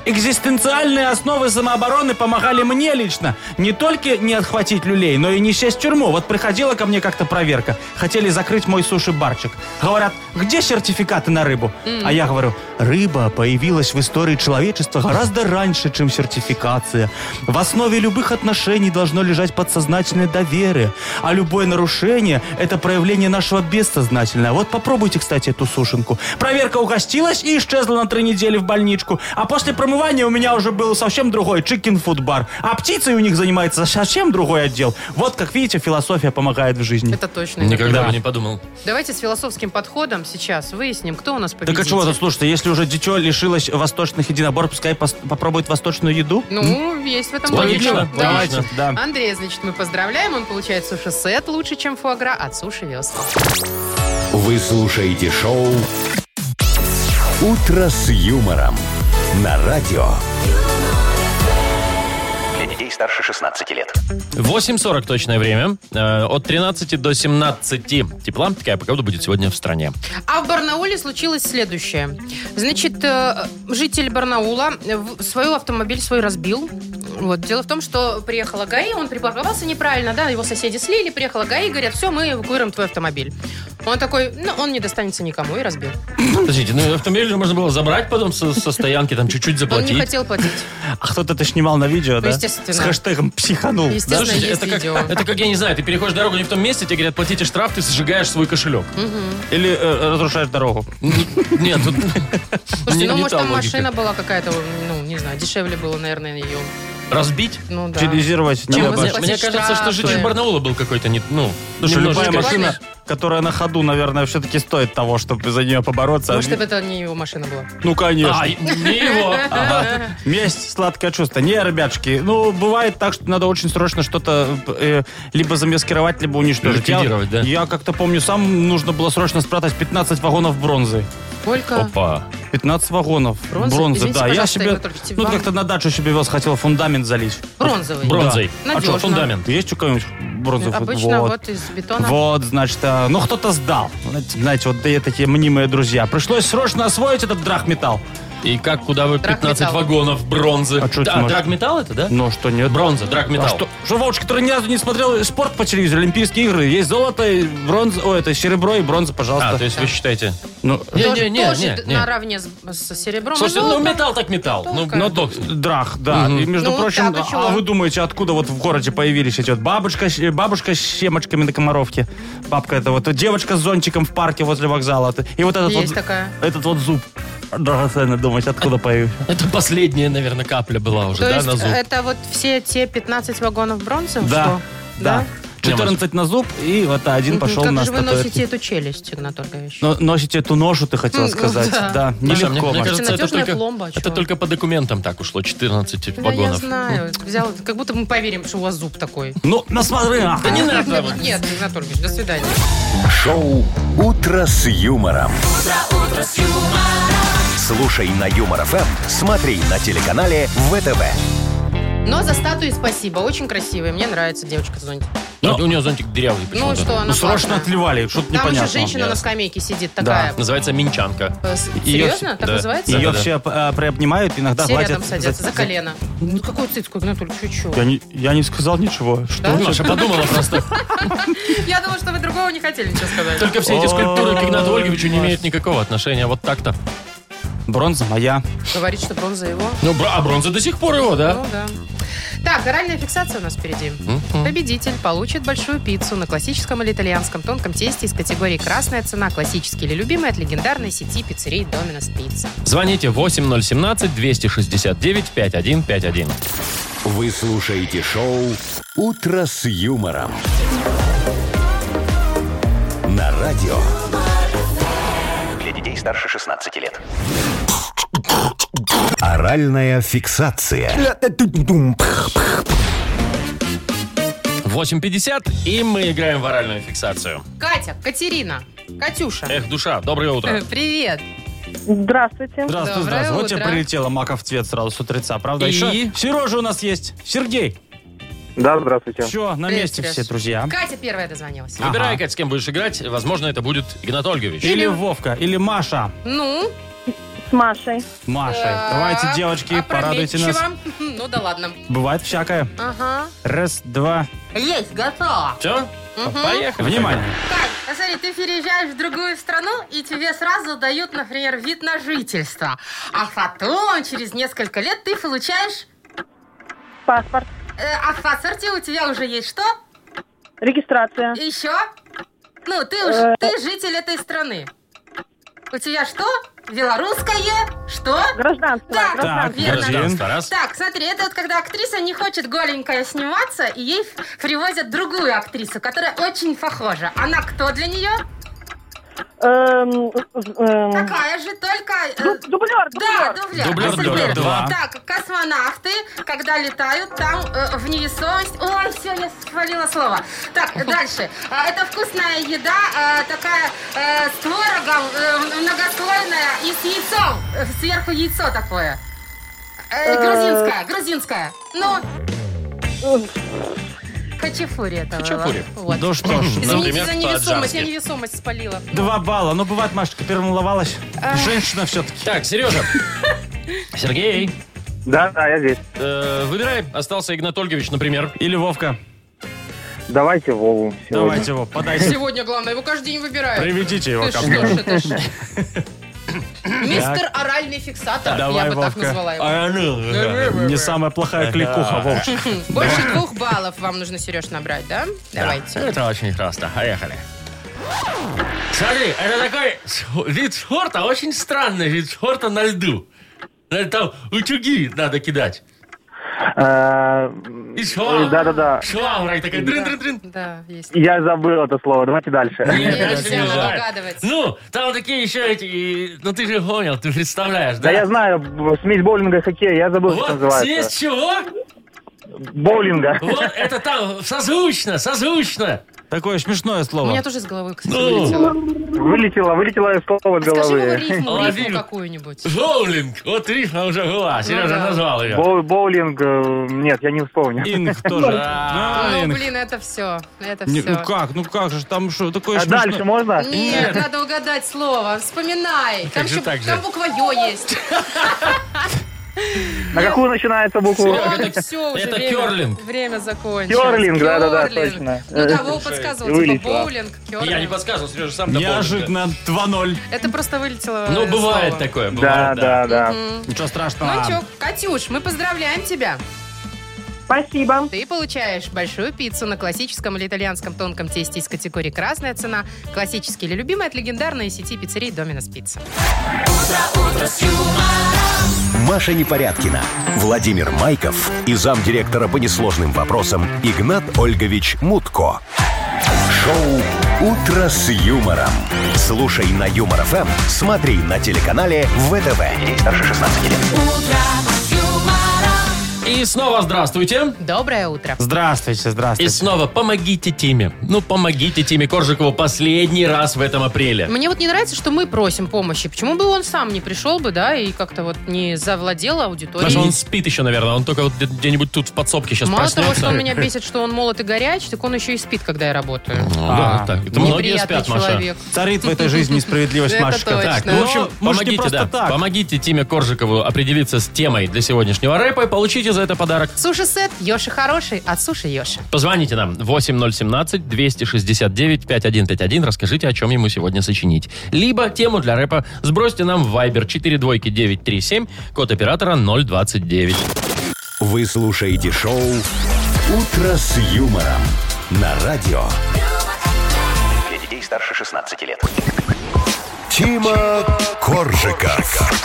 Экзистенциальные основы самообороны помогали мне лично не только не отхватить люлей, но и не сесть в тюрьму. Вот приходила ко мне как-то проверка. Хотели закрыть мой суши-барчик. Говорят, где сертификаты на рыбу? Mm. А я говорю, рыба появилась в истории человечества гораздо раньше, чем сертификация. В основе любых отношений должно лежать подсознательное доверие. А любое нарушение – это проявление нашего бессознательного. Вот попробуйте, кстати, эту сушенку. Проверка угостилась и исчезла на три недели в больничку. А после промывания у меня уже был совсем другой чикен-фуд-бар. А птицей у них занимается совсем другой отдел. Вот, как видите, философия помогает в жизни. Это точно. Никогда да. бы не подумал. Давайте с философским подходом сейчас выясним, кто у нас победитель. Так а чего-то, слушайте, если уже дитё лишилось восточных единоборств, пускай пос- попробует восточную еду. Ну, есть в этом Логично. логика. Давайте, да. Андрея, значит, мы поздравляем. Он получает суши-сет лучше, чем фуагра от Суши Весла. Вы слушаете шоу «Утро с юмором» на радио. Для детей старше шестнадцати лет. восемь сорок точное время. Э, От тринадцати до семнадцати тепла. Такая погода будет сегодня в стране. А в Барнауле случилось следующее. Значит, э, житель Барнаула в- свой автомобиль свой разбил. Вот. Дело в том, что приехала ГАИ, он припарковался неправильно, да, его соседи слили, приехала ГАИ, говорят, все, мы эвакуируем твой автомобиль. Он такой, ну, он не достанется никому, и разбил. Подождите, ну автомобиль же можно было забрать потом со, со стоянки, там чуть-чуть Он заплатить. не хотел платить. А кто-то это снимал на видео, да? естественно. С хэштегом «психанул». Естественно, Слушайте, есть это как, видео. это как, я не знаю, ты переходишь дорогу не в том месте, тебе говорят, платите штраф, ты сжигаешь свой кошелек. Или э, разрушаешь дорогу. Нет, тут Слушайте, не- ну, не может, та там логика. машина была какая-то, ну, не знаю, дешевле было, наверное, ее. Разбить? Ну, да. Утилизировать. Чем надо вы бы. Мне, заплатить мне кажется, что штрафы? житель Барнаула был какой-то, не, ну, Ну что, любая немножечко- машина, которая на ходу, наверное, все-таки стоит того, чтобы за нее побороться. Может, это не его машина была. Ну, конечно. А, не его. Ага. Месть, сладкое чувство. Не, ребятушки, ну, бывает так, что надо очень срочно что-то э, либо замаскировать, либо уничтожить. Ликвидировать, я, да? Я как-то помню, сам нужно было срочно спрятать пятнадцать вагонов бронзы. Сколько? Опа. пятнадцать вагонов Бронзы? бронзы, Извините, да. Я пожалуйста, себе, Игорь Анатольевич, ну, вам- как-то на дачу себе вез, хотел фундамент залить. Бронзовый. Бронзой. Да. А что, Надежно. фундамент? Есть у кого-нибудь бронзовый? Обычно Вот. вот из бетона. Вот, значит, а, ну кто-то сдал. Знаете, знаете, вот да, такие мнимые друзья. Пришлось срочно освоить этот драгметалл. И как, куда вы пятнадцать Драгметалл. вагонов бронзы? А что это Да, может? драгметалл это, да? Ну что, нет? Бронза, драгметалл. А что, что, Вовчик, который ни разу не смотрел спорт по телевизору, Олимпийские игры, есть золото, и бронза, о, это серебро и бронза, пожалуйста. А, то есть вы считаете... Ну, Не, Тоже, не, не, тоже не, не. наравне с, с серебром. Слушайте, и ну золотом. металл так металл. Ну, Только. ну, док- драх, да. И, между Ну, прочим, так, а чего? а вы думаете, откуда вот в городе появились эти вот бабушка, с- бабушка с семечками на Комаровке, бабка это вот, девочка с зонтиком в парке возле вокзала, и вот этот Есть вот, такая. этот вот зуб. Драгоценный, думать, откуда появился. Это последняя, наверное, капля была уже, То да, есть на зуб? это вот все те пятнадцать вагонов бронзы? Да, Что? да. четырнадцать на зуб, и вот один Мгм. пошел Как на же вы носите статуэтке. эту челюсть, Игнат Ольгович? Но носите эту ношу, ты хотела Ну, сказать. да. Да, Ну, что, нелегко. мне, мне Маш. кажется, это Надежная только, пломба, это чего? только по документам так ушло, четырнадцать Да я вагонов. знаю. Взял, как будто мы поверим, что у вас зуб такой. Ну, насмотри, а. Да не надо. вот. Нет, Игнат Ольгович, до свидания. Шоу «Утро с юмором». Слушай на Юмор ФМ, смотри на телеканале ВТВ. Но за статуи спасибо. Очень красивая. Мне нравится девочка с зонтиком. Ну, у нее зонтик дырявый Ну почему-то. что, она Ну, срочно классная. отливали, что-то Там непонятно. еще женщина на скамейке сидит такая. Называется минчанка. Э, с- Её Серьезно? все- Так да. называется? Ее Да-да-да. все а, приобнимают, иногда Все гладят. рядом садятся за колено. Ну какую цицку, Игнат Ольгович, вы чё? Я не, я не сказал ничего. Что? Да? Маша подумала просто. Я думала, что вы другого не хотели ничего сказать. Только все эти скульптуры к Игнату Ольговичу не имеют никакого отношения. Вот так-то. Бронза моя. Говорит, что бронза его. Ну, бра- а бронза до сих пор его, да? Ну да. Так, оральная фиксация у нас впереди. Победитель получит большую пиццу на классическом или итальянском тонком тесте из категории «Красная цена», классический или любимый от легендарной сети пиццерий «Доминос Пицца». Звоните восемь ноль один семь двести шестьдесят девять пятьдесят один пятьдесят один. Вы слушаете шоу «Утро с юмором». На радио. Для детей старше шестнадцати лет. Оральная фиксация. восемь пятьдесят, и мы играем в оральную фиксацию. Катя, Катерина, Катюша. Эх, душа, доброе утро. Э, Привет. Здравствуйте. Здравствуй, Доброе здравствуй. Вот утро. тебе прилетела маков цвет сразу с утреца, правда? И? Еще Сережа у нас есть. Сергей. Да, здравствуйте. Все, на Привет, месте Сереж. все, друзья. Катя первая дозвонилась. Выбирай, Ага. Кать, с кем будешь играть. Возможно, это будет Игнат Ольгович. Или Вовка, или Маша. Ну, С Машей. Машей. Так, Давайте, девочки, порадуйте нас. опрометчиво. Ну да ладно. Бывает всякое. Ага. Раз, два. Есть, готово. Все? Поехали. Внимание. Так, смотри, ты переезжаешь в другую страну, и тебе сразу дают, например, вид на жительство. А потом, через несколько лет, ты получаешь... Паспорт. э, а в паспорте у тебя уже есть что? Регистрация. Еще? Ну, ты уж ты житель этой страны. У тебя что? Белорусское? Что? Гражданство. Да, гражданство. Так, верно. Гражданство, раз. Так, смотри, это вот когда актриса не хочет голенькая сниматься, и ей привозят другую актрису, которая очень похожа. Она кто для нее? Эм, эм, Такая же, только... э, ду- Дублер, Да, дублер. дублер. Дублер, А теперь, дублер, два. Так, космонавты, когда летают, там э, в невесомость... Ой, все, я свалила слово. Так, дальше. А, это вкусная еда, э, такая э, с творогом, э, многослойная и с яйцом. Э, Сверху яйцо такое. Э, грузинская, грузинская. Ну... Хачапури это Хачапури. было. Вот. Ну что ж, Извините Например, за невесомость, по-аджарски. я невесомость спалила. два балла. Ну, бывает, Машечка, переволновалась. Женщина все-таки. Так, Сережа. Сергей. Да, да, я здесь. э, Выбирай. Остался Игнат Ольгович, например. Или Вовка. Давайте Вову. сегодня. Давайте его, подайте. Сегодня, главное, его каждый день выбирают. Приведите его Ты ко что мне. ж, это ж. Мистер оральный фиксатор, Давай, я бы так Вовка. назвала его. А, ну, Не самая плохая кликуха, Вовчик. Больше двух баллов вам нужно, Сереж, набрать, да? Давайте. Это очень просто. Поехали. Смотри, это такой с- вид спорта, очень странный вид спорта на льду. Э, Там утюги надо кидать. Э, И швабра. Да-да-да. Швабра и такая дрын-дрын-дрын. Да, есть. Я забыл это слово. Давайте дальше. Нет, Не, это нельзя не было жаль. угадывать. Ну, там такие еще эти... и- Ну, ты же понял, ты представляешь, Да да? я знаю, б- смесь боулинга и хоккея, я забыл, как Вот называется. смесь чего? Боулинга. Вот это там созвучно, созвучно. Такое смешное У слово. меня тоже с головы, кстати, Ну. вылетело. Вылетело, вылетело из слова с Скажи Вова, головы. рифму, Лови. рифму какую-нибудь. Боулинг. Вот рифма уже была. Сережа да. назвал ее. Боу- Боулинг, э, нет, я не вспомню. Инг тоже. Да. А, Ну, Инг. блин, это все. Это Не, все. Ну как, ну как же, там что, такое А смешное. дальше можно? Нет, надо угадать слово. Вспоминай. Там, же еще- так же? там буква Ё есть. На какую начинается букву? Серега, это- Все уже это время, керлинг. время закончилось. Керлинг, да-да-да, Керлинг. точно. Ну да, Вова подсказывал, типа Вылетело. боулинг, керлинг. Я не подсказывал, Сережа сам дополнил. Неожиданно два ноль. Это просто вылетело. Ну, э, бывает слово. такое. Да, Бывает, да, да. Мгм. Ничего Ну страшного. чё, Катюш, мы поздравляем тебя. Спасибо. Ты получаешь большую пиццу на классическом или итальянском тонком тесте из категории «Красная цена», классический или любимый от легендарной сети пиццерий «Доминос Пицца». Маша Непорядкина, Владимир Майков и замдиректора по несложным вопросам Игнат Ольгович Мутко. Шоу «Утро с юмором». Слушай на Юмор ФМ, смотри на телеканале ВТВ. Ей старше шестнадцати лет. И снова здравствуйте. Доброе утро. Здравствуйте, И здравствуйте. снова помогите Тиме. Ну, помогите Тиме Коржикову последний раз в этом апреле. Мне вот не нравится, что мы просим помощи. Почему бы он сам не пришел бы, да, и как-то вот не завладел аудиторией? Потому что он спит еще, наверное. Он только вот где- где-нибудь тут в подсобке сейчас Мало того, проснется. что он меня бесит, что он молод и горяч, так он еще и спит, когда я работаю. Ну, А, да, так. Это многие Неприятный спят, Маша. человек. Царит в этой жизни несправедливость, Это Машечка. точно. Так, ну, в общем, Но, может, не помогите, просто да, так. помогите Тиме Коржикову определиться с темой для сегодняшнего рэпа и получите за это подарок. Суши-сет Йоши хороший от Суши Йоши. Позвоните нам восемь ноль семнадцать двести шестьдесят девять пятьдесят один пятьдесят один. Расскажите, о чем ему сегодня сочинить. Либо тему для рэпа сбросьте нам в Viber четыре двойки девять три семь, код оператора ноль двадцать девять. Вы слушаете шоу «Утро с юмором» на радио. Для детей старше шестнадцати лет. Тима Коржика.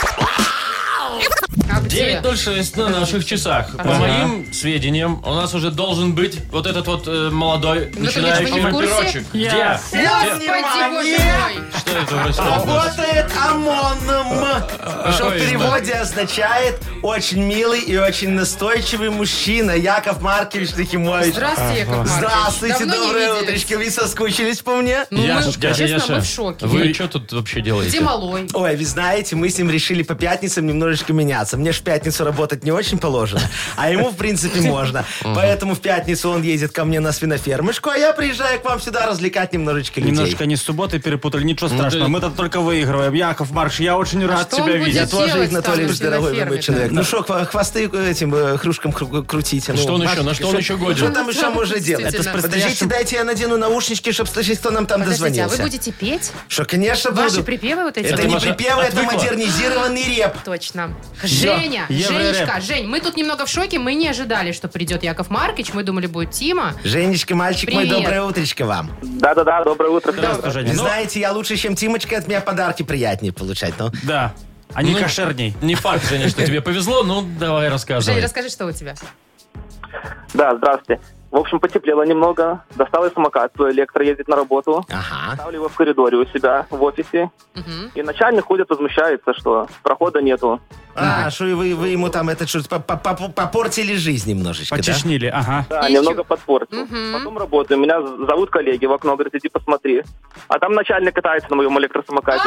А где? девять ноль шесть на наших часах. По моим сведениям, у нас уже должен быть вот этот вот э, молодой Ну, начинающий вы не в курсе? вампирочек. Где? Я. Где? Господи, боже мой. Что это происходит? Работает ОМОНом, что в Ой, переводе означает «очень милый и очень настойчивый мужчина» Яков Маркович Нахимович. Здравствуйте, Яков Маркович. Здравствуйте, Давно не доброе виделись. утречко. Вы соскучились по мне? Ну, мы, Яшечка, дядя честно, Яша, мы в шоке. Вы что тут вообще делаете? Где малой? Ой, вы знаете, мы с ним решили по пятницам немножечко меняться. мне ж в пятницу работать не очень положено. А ему, в принципе, можно. Поэтому в пятницу он ездит ко мне на свинофермочку, а я приезжаю к вам сюда развлекать немножечко людей. Немножко не с субботы перепутали, ничего страшного. Мы-то только выигрываем. Яков Маркович, я очень рад что тебя он будет видеть. Я тоже, делать Игнатольевич, там, дорогой на вы мой ферме-то? человек. Ну что, хвосты этим э, хрюшкам кру- крутить? Ну, Что он еще, на что он еще годен? Что там еще можно делать? Действительно. Подождите, дайте я надену наушнички, чтобы слышать, кто нам там Подождите, а дозвонился. вы будете петь? Что, конечно, Ваши буду. припевы вот эти? Это ты, не Маша, припевы, это отвыкла. модернизированный реп. Точно. Женя, еврорэп. Женечка, Жень, мы тут немного в шоке, мы не ожидали, что придет Яков Маркович, мы думали, будет Тима. Женечка, мальчик мой, Привет. доброе утречко вам. Да-да-да, доброе утро. Здравствуй, Женя. Ну, Знаете, я лучше, чем Тимочка, от меня подарки приятнее получать. Ну, да. Они Ну, кошерней. Не факт, Женя, что тебе повезло, ну давай Жень, рассказывай. расскажи, что у тебя. Да, здравствуйте. В общем, потеплело немного. Достал я самокат, свой электро ездит на работу. ага. Ставлю его в коридоре у себя в офисе. Мгм. И начальник ходит, возмущается, что прохода нету. А, что вы, вы ему там это что по- по- по- попортили жизнь немножечко, да? Почешнили, ага. Да, И немного чё? подпортил. Мгм. Потом работаю. Меня зовут коллеги в окно, говорят, иди посмотри. А там начальник катается на моем электросамокате.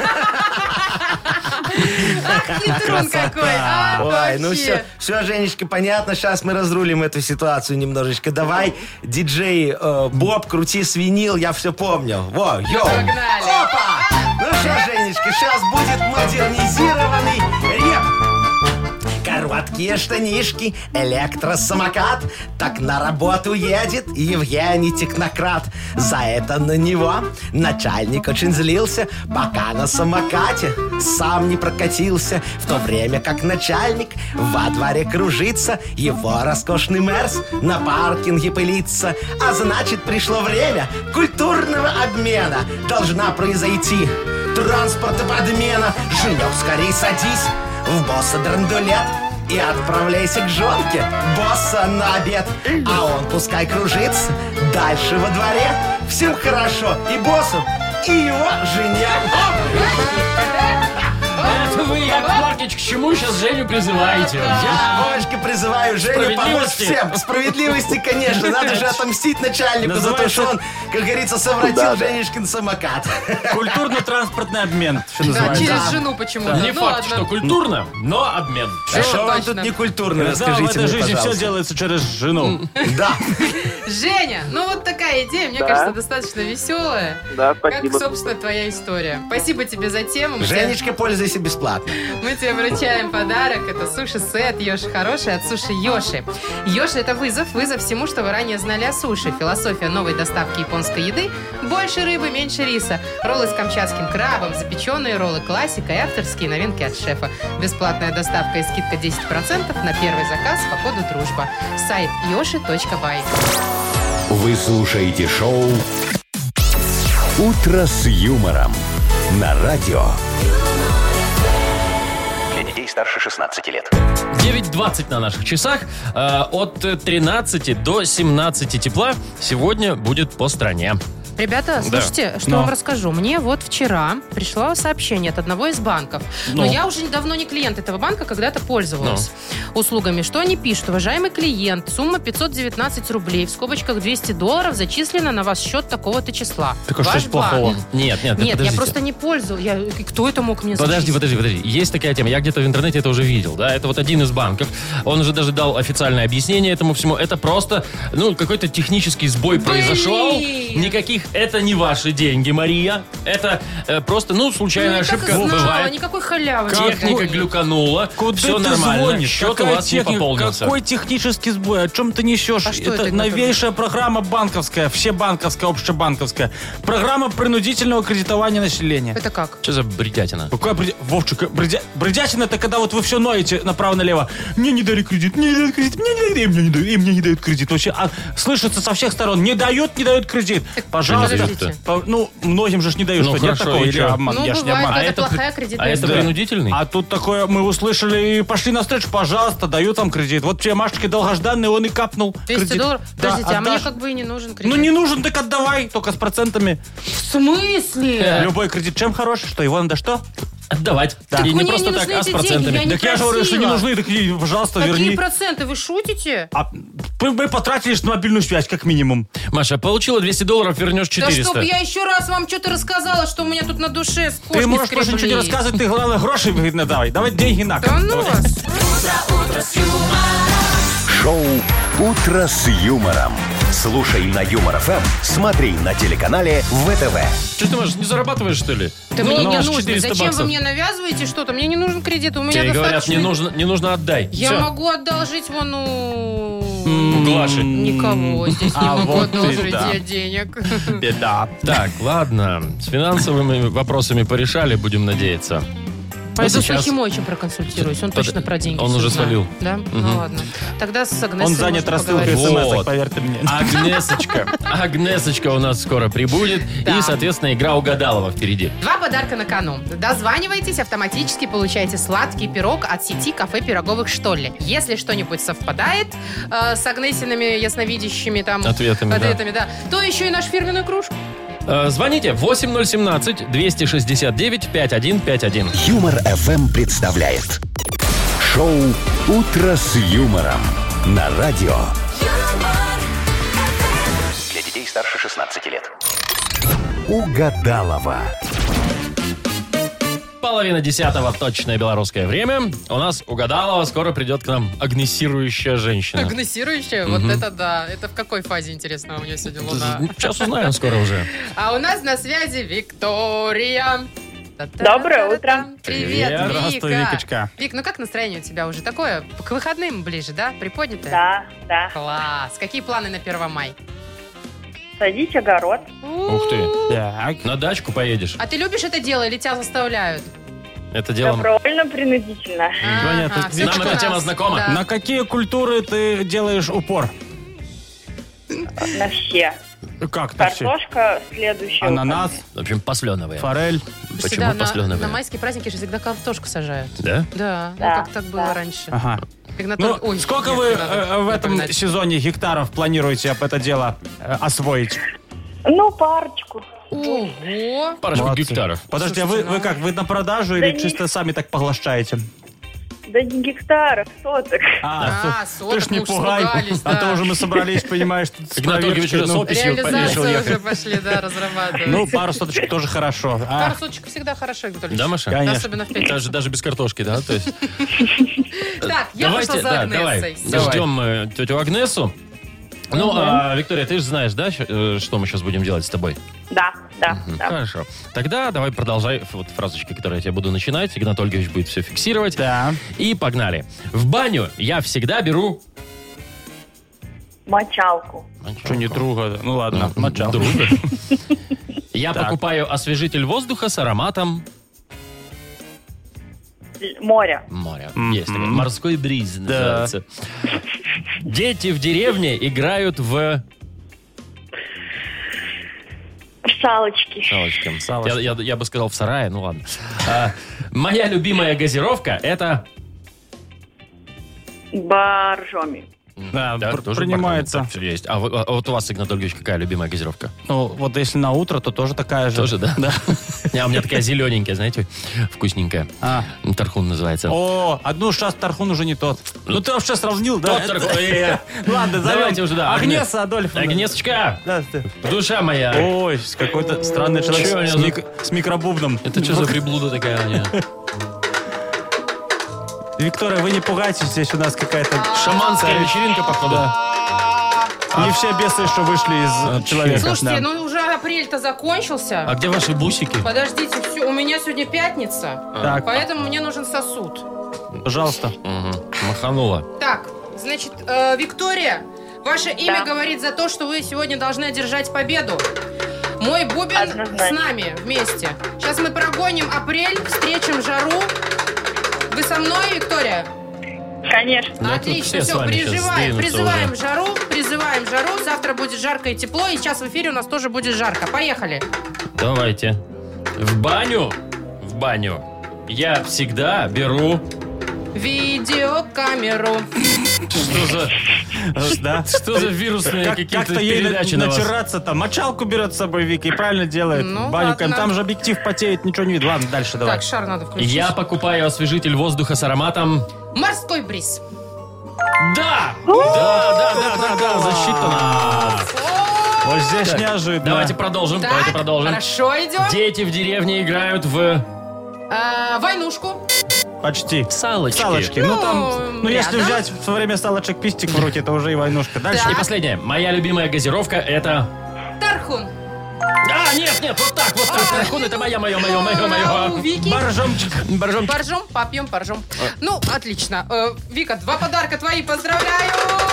Ах, хитрун какой. А, Ой, ну вообще. все, все, Женечка, понятно, сейчас мы разрулим эту ситуацию немножечко. Давай, диджей э, Боб, крути свинил, я все помню. Во, йоу. Погнали. Опа! Ну что, Женечка, сейчас будет модернизированный реп. Короткие штанишки, электросамокат. Так на работу едет Евгений Технократ. За это на него начальник очень злился, пока на самокате сам не прокатился. В то время как начальник во дворе кружится, его роскошный мерс на паркинге пылится. А значит, пришло время культурного обмена. Должна произойти транспорта подмена. Женек, скорей садись в босса драндулет и отправляйся к жонке босса на обед. А он пускай кружится дальше во дворе. Всем хорошо, и боссу, и его жене. Это вы, Яков Маркович, к чему сейчас Женю призываете? Я, Вовочка, призываю Женю помочь Справедливости? всем. Справедливости, конечно. Надо же отомстить начальнику за то, что он, как говорится, совратил Женечкин самокат. Культурно-транспортный обмен, что Да, называется. через жену почему-то. Не Ну факт, ладно. что культурно, но обмен. А что вам точно. тут не культурно, Да, в расскажите этой мне, жизни все пожалуйста. делается через жену. Да. Женя, ну вот такая идея, мне Да. кажется, достаточно веселая. Да, Как, спасибо. собственно, твоя история. Спасибо тебе за тему. Мы тебе- Женечка, пользуйся бесплатно. Мы тебе вручаем подарок. Это суши-сет Йоши Хороший от Суши Йоши. Йоши – это вызов. Вызов всему, что вы ранее знали о суши. Философия новой доставки японской еды. Больше рыбы, меньше риса. Роллы с камчатским крабом, запеченные роллы классика и авторские новинки от шефа. Бесплатная доставка и скидка десять процентов на первый заказ по коду «Дружба». Сайт йоши точка бай. Вы слушаете шоу «Утро с юмором» на радио. Для детей старше шестнадцати лет. девять двадцать на наших часах. Э, От тринадцати до семнадцати тепла сегодня будет по стране. Ребята, слушайте, что Но. вам расскажу. Мне вот вчера пришло сообщение от одного из банков. Но, Но. я уже давно не клиент этого банка, когда-то пользовалась услугами. Что они пишут? Уважаемый клиент, сумма пятьсот девятнадцать рублей, в скобочках двести долларов, зачислена на ваш счет такого-то числа. Так а что Ваш ж плохого? банк. Нет, нет, Нет, я подождите. просто не пользую. Я, и кто это мог мне Подожди, зачислить? подожди, подожди. Есть такая тема. Я где-то в интернете это уже видел. Да, это вот один из банков. Он уже даже дал официальное объяснение этому всему. Это просто, ну, какой-то технический сбой Блин! произошел. Никаких, это не ваши деньги, Мария. Это э, просто, ну, случайная Ну, я так и ошибка знала, бывает. никакой халявы. Техника нет. глюканула. Куда Все ты нормально. звонишь? Счет у Какая вас не техника? пополнился. Какой технический сбой? О чем ты несешь? А что это это, новейшая программа банковская, всебанковская, общебанковская. Программа принудительного кредитования населения. Это как? Что за бредятина? Какая бредя... Вовчик, бредя... бредятина, это когда вот вы все ноете направо-налево. Мне не дали кредит, мне не дают кредит, мне не дают, и мне не дают, и мне не дают кредит. Вообще, а, слышится со всех сторон. Не дают, не дают кредит. Пожалуйста. подождите. По- ну, многим же ж не дают, Ну, что нет хорошо, такого, и или чё? обман. Ну, Я ж не бывает, обман. это это при- плохая кредитная А это история. принудительный? А тут такое, мы услышали и пошли навстречу, пожалуйста, дают вам кредит. Вот тебе, Машечка, долгожданный, он и капнул двести кредит. долларов? Да, Подождите, а мне отдашь. как бы и не нужен кредит. Ну не нужен, так отдавай, только с процентами. В смысле? Любой кредит чем хорош, что его надо что? Отдавать. Да. И не Мне просто не так, нужны а с эти деньги, процентами. я не Так я же говорю, что не просила. нужны, так и, пожалуйста, Какие верни. проценты? Вы шутите? А мы, мы потратили на мобильную связь, как минимум. Маша, получила двести долларов, вернешь Да четыреста. чтоб я еще раз вам что-то рассказала, что у меня тут на душе с кошки Ты можешь больше ничего не скребли. рассказывать, ты, главное, гроши выгодно давай. Давай деньги на Да ну вас. Шоу «Утро с юмором». Слушай на Юмор ФМ, смотри на телеканале ВТВ. Что ты, Маш, не зарабатываешь, что ли? Да Ну, мне не аж нужно. четыреста Зачем баксов. вы мне навязываете что-то? Мне не нужен кредит, у меня Тебе говорят, достаточно... не нужно, не нужно отдай. Я Всё. могу одолжить вон у... У Глаши. Никого здесь не А могу вот и одолжить да. я денег. Беда. Так, ладно. С финансовыми вопросами порешали, будем надеяться. Пойду с сейчас- Нахимовичем проконсультируюсь. Он Под- точно про деньги. он всё уже знает. свалил. Да? Ну ладно. Тогда с Агнесой Он занят можно рассылкой поговорить. Вот. смс, поверьте мне. Агнесочка. Агнесочка у нас скоро прибудет. Да. И, соответственно, игра угадалова впереди. Два подарка на кону. Дозванивайтесь, автоматически получаете сладкий пирог от сети кафе пироговых «Штолле». Если что-нибудь совпадает э, с Агнесиными ясновидящими там Ответами, да. ответами, да, то еще и нашу фирменную кружку. Э, Звоните восемь ноль семнадцать двести шестьдесят девять пятьдесят один пятьдесят один. Юмор ФМ представляет шоу «Утро с юмором» на радио. Для детей старше шестнадцати лет. Угадалова. Половина десятого, точное белорусское время. У нас угадалова, скоро придет к нам агнесирующая женщина. Агнесирующая? Вот это да. Это в какой фазе, интересно, у нее сегодня луна? Сейчас узнаем скоро уже. А у нас на связи Виктория. Доброе утро. Привет, Привет. Здравствуй, Вика. Викочка. Вик, ну как настроение у тебя уже такое? К выходным ближе, да? Приподнятое? Да, да. Класс. Какие планы на первое мая? Садить огород. Ух ты. Так. На дачку поедешь. А ты любишь это дело или тебя заставляют? Это дело... Добровольно-принудительно. Понятно. Ага, всё Нам как эта раз. тема знакома. Да. На какие культуры ты делаешь упор? На все. Как так все? Картошка следующая. Ананас, В общем, посленовые. форель. Всегда Почему на, посленовые? на майские праздники же всегда картошку сажают. Да? Да, ну Да, как так было да. раньше. Ага. Игнатолий- Ну, Ой, сколько нет, вы не надо э, в этом напоминать. сезоне гектаров планируете об это дело э, освоить? Ну, парочку. Ого! Парочку Молодцы. гектаров. Подожди, а вы, Слушайте, вы ну- как, вы на продажу или не- чисто сами так поглощаете? Да не гектаров, соток. А, ты соток, ж не мы уж пугай, испугались, а да. то уже мы собрались, понимаешь, тут с Игнат Ольгович проверкой, уже с ну, описью решил Реализацию ехать. уже пошли, да, разрабатывать. Ну, пару соточек тоже хорошо. А, Пару соточек всегда хорошо, Игнатолий. Да, Маша? Конечно. Особенно в пятницу. Даже, даже без картошки, да? То есть... Так, я Давайте, пошла за да, Агнесой. давай. Всё. Ждем э, тетю Агнесу. Ну, а, Виктория, ты же знаешь, да, щ- э, что мы сейчас будем делать с тобой? Да, да, Мгм, да. Хорошо. Тогда давай продолжай вот фразочки, которые я тебе буду начинать. Игнат Ольгович будет все фиксировать. Да. И погнали. В баню я всегда беру... Мочалку. Что не друга? Ну ладно, мочал. Друга. Я Так. покупаю освежитель воздуха с ароматом Л- Море. моря. Мгм. Есть такой. Морской бриз называется. Дети в деревне играют в... Салочки. Салочки. Салочки. Я, я- я бы сказал в сарае, ну ладно. А, моя любимая газировка это... Боржоми. Да, пр- тоже принимается. бархатный, так всё есть. А, вы- а вот у вас, Игнат Ольгович, какая любимая газировка? Ну, вот если на утро, то тоже такая же. Тоже, да? Да. Не, у меня такая зелененькая, знаете, вкусненькая. А. Тархун называется. О, одну сейчас Тархун уже не тот. Ну ты вообще сравнил, да? Тот Тархун. Э, Ладно, зовем. Давайте уже, да. Агнеса Адольфовна. Агнесочка, Здравствуйте. душа моя. Ой, какой-то странный человек Чё у с, него мик- с микробубном. Это что за приблуда такая у нее? Виктория, вы не пугайтесь, здесь у нас какая-то Шаманская вечеринка, походу. Не все бесы, что вышли из человека. Слушайте, Да. ну уже апрель-то закончился. А где ваши бусики? Подождите, все, у меня сегодня пятница, Так, поэтому мне нужен сосуд. пожалуйста. Мгм. Маханула. Так, значит, э, Виктория, ваше имя Да. говорит за то, что вы сегодня должны одержать победу. Мой бубен Однозначно. с нами вместе. Сейчас мы прогоним апрель, встретим жару. Вы со мной, Виктория? Конечно. Ну, тут Отлично, все с все, вами щас призываем, сдвинутся призываем уже. жару, призываем жару. Завтра будет жарко и тепло, и сейчас в эфире у нас тоже будет жарко. Поехали. Давайте. В баню, в баню я всегда беру... видеокамеру. Что за... Да? Что за вирусные Как- какие-то Как-то ей передачи на вас? натираться там. Мочалку берет с собой Вика и правильно делает. Ну, Баню, ладно. там же объектив потеет, ничего не видно. Ладно, дальше давай. Так, шар надо включить. Я покупаю освежитель воздуха с ароматом... Морской бриз. Да! Да, да, да, да, да, засчитано. Вот здесь Так, неожиданно. Давайте продолжим, Так, давайте продолжим. хорошо идем. Дети в деревне играют в А, войнушку. Почти. салочки. Салочки. Ну, там, Ну, ну, если рядом. взять во время салочек пистик в руки, это уже и войнушка. Дальше. Так. И последнее. Моя любимая газировка это... Тархун. А, нет, нет, вот так, вот так. Тархун, это моя, мое, мое, мое, А у мое. Вики. Боржомчик. Боржомчик. Поржем, попьем, поржем. Ну, отлично. Э, Вика, два подарка твои, поздравляю!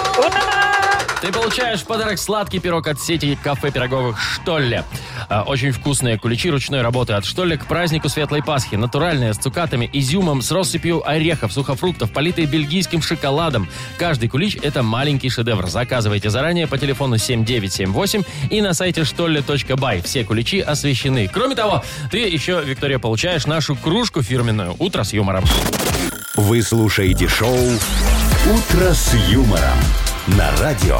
Ты получаешь в подарок сладкий пирог от сети кафе пироговых «Штолле». А, Очень вкусные куличи ручной работы от «Штолле» к празднику Светлой Пасхи. Натуральные, с цукатами, изюмом, с россыпью орехов, сухофруктов, политые бельгийским шоколадом. Каждый кулич – это маленький шедевр. Заказывайте заранее по телефону семь девять семь восемь и на сайте штолле точка бай. Все куличи освещены. Кроме того, ты еще, Виктория, получаешь нашу кружку фирменную «Утро с юмором». Вы слушаете шоу «Утро с юмором» на радио.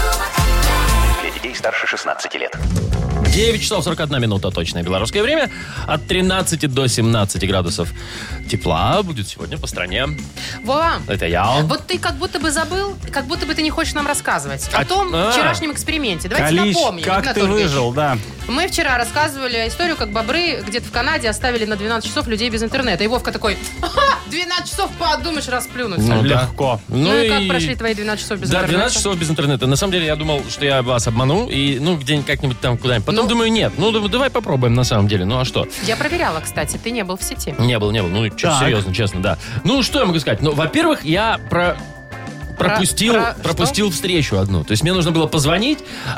Для детей старше шестнадцати лет. девять часов сорок одна минута, точное белорусское время. От тринадцати до семнадцати градусов тепла будет сегодня по стране. Вова, Это я. вот ты как будто бы забыл, как будто бы ты не хочешь нам рассказывать о А- том а. вчерашнем эксперименте. Давайте Калищ, напомним. как Игнат ты Ольгович. выжил, да. Мы вчера рассказывали историю, как бобры где-то в Канаде оставили на двенадцать часов людей без интернета. И Вовка такой, ага, двенадцать часов, подумаешь, расплюнуться. Ну, да. Легко. Ну, и как прошли твои двенадцать часов без Да, интернета? двенадцать часов без интернета. На самом деле, я думал, что я вас обману, и, ну, где-нибудь как-нибудь там куда-нибудь. Потом Ну. думаю, нет. Ну, д- давай попробуем, на самом деле. Ну, а что? Я проверяла, кстати, ты не был в сети. Не был, не был. Ну, чё, Так. серьезно, честно, да. Ну, что я могу сказать? Ну, во-первых, я про... Пропустил, про пропустил встречу одну. То есть мне нужно было позвонить,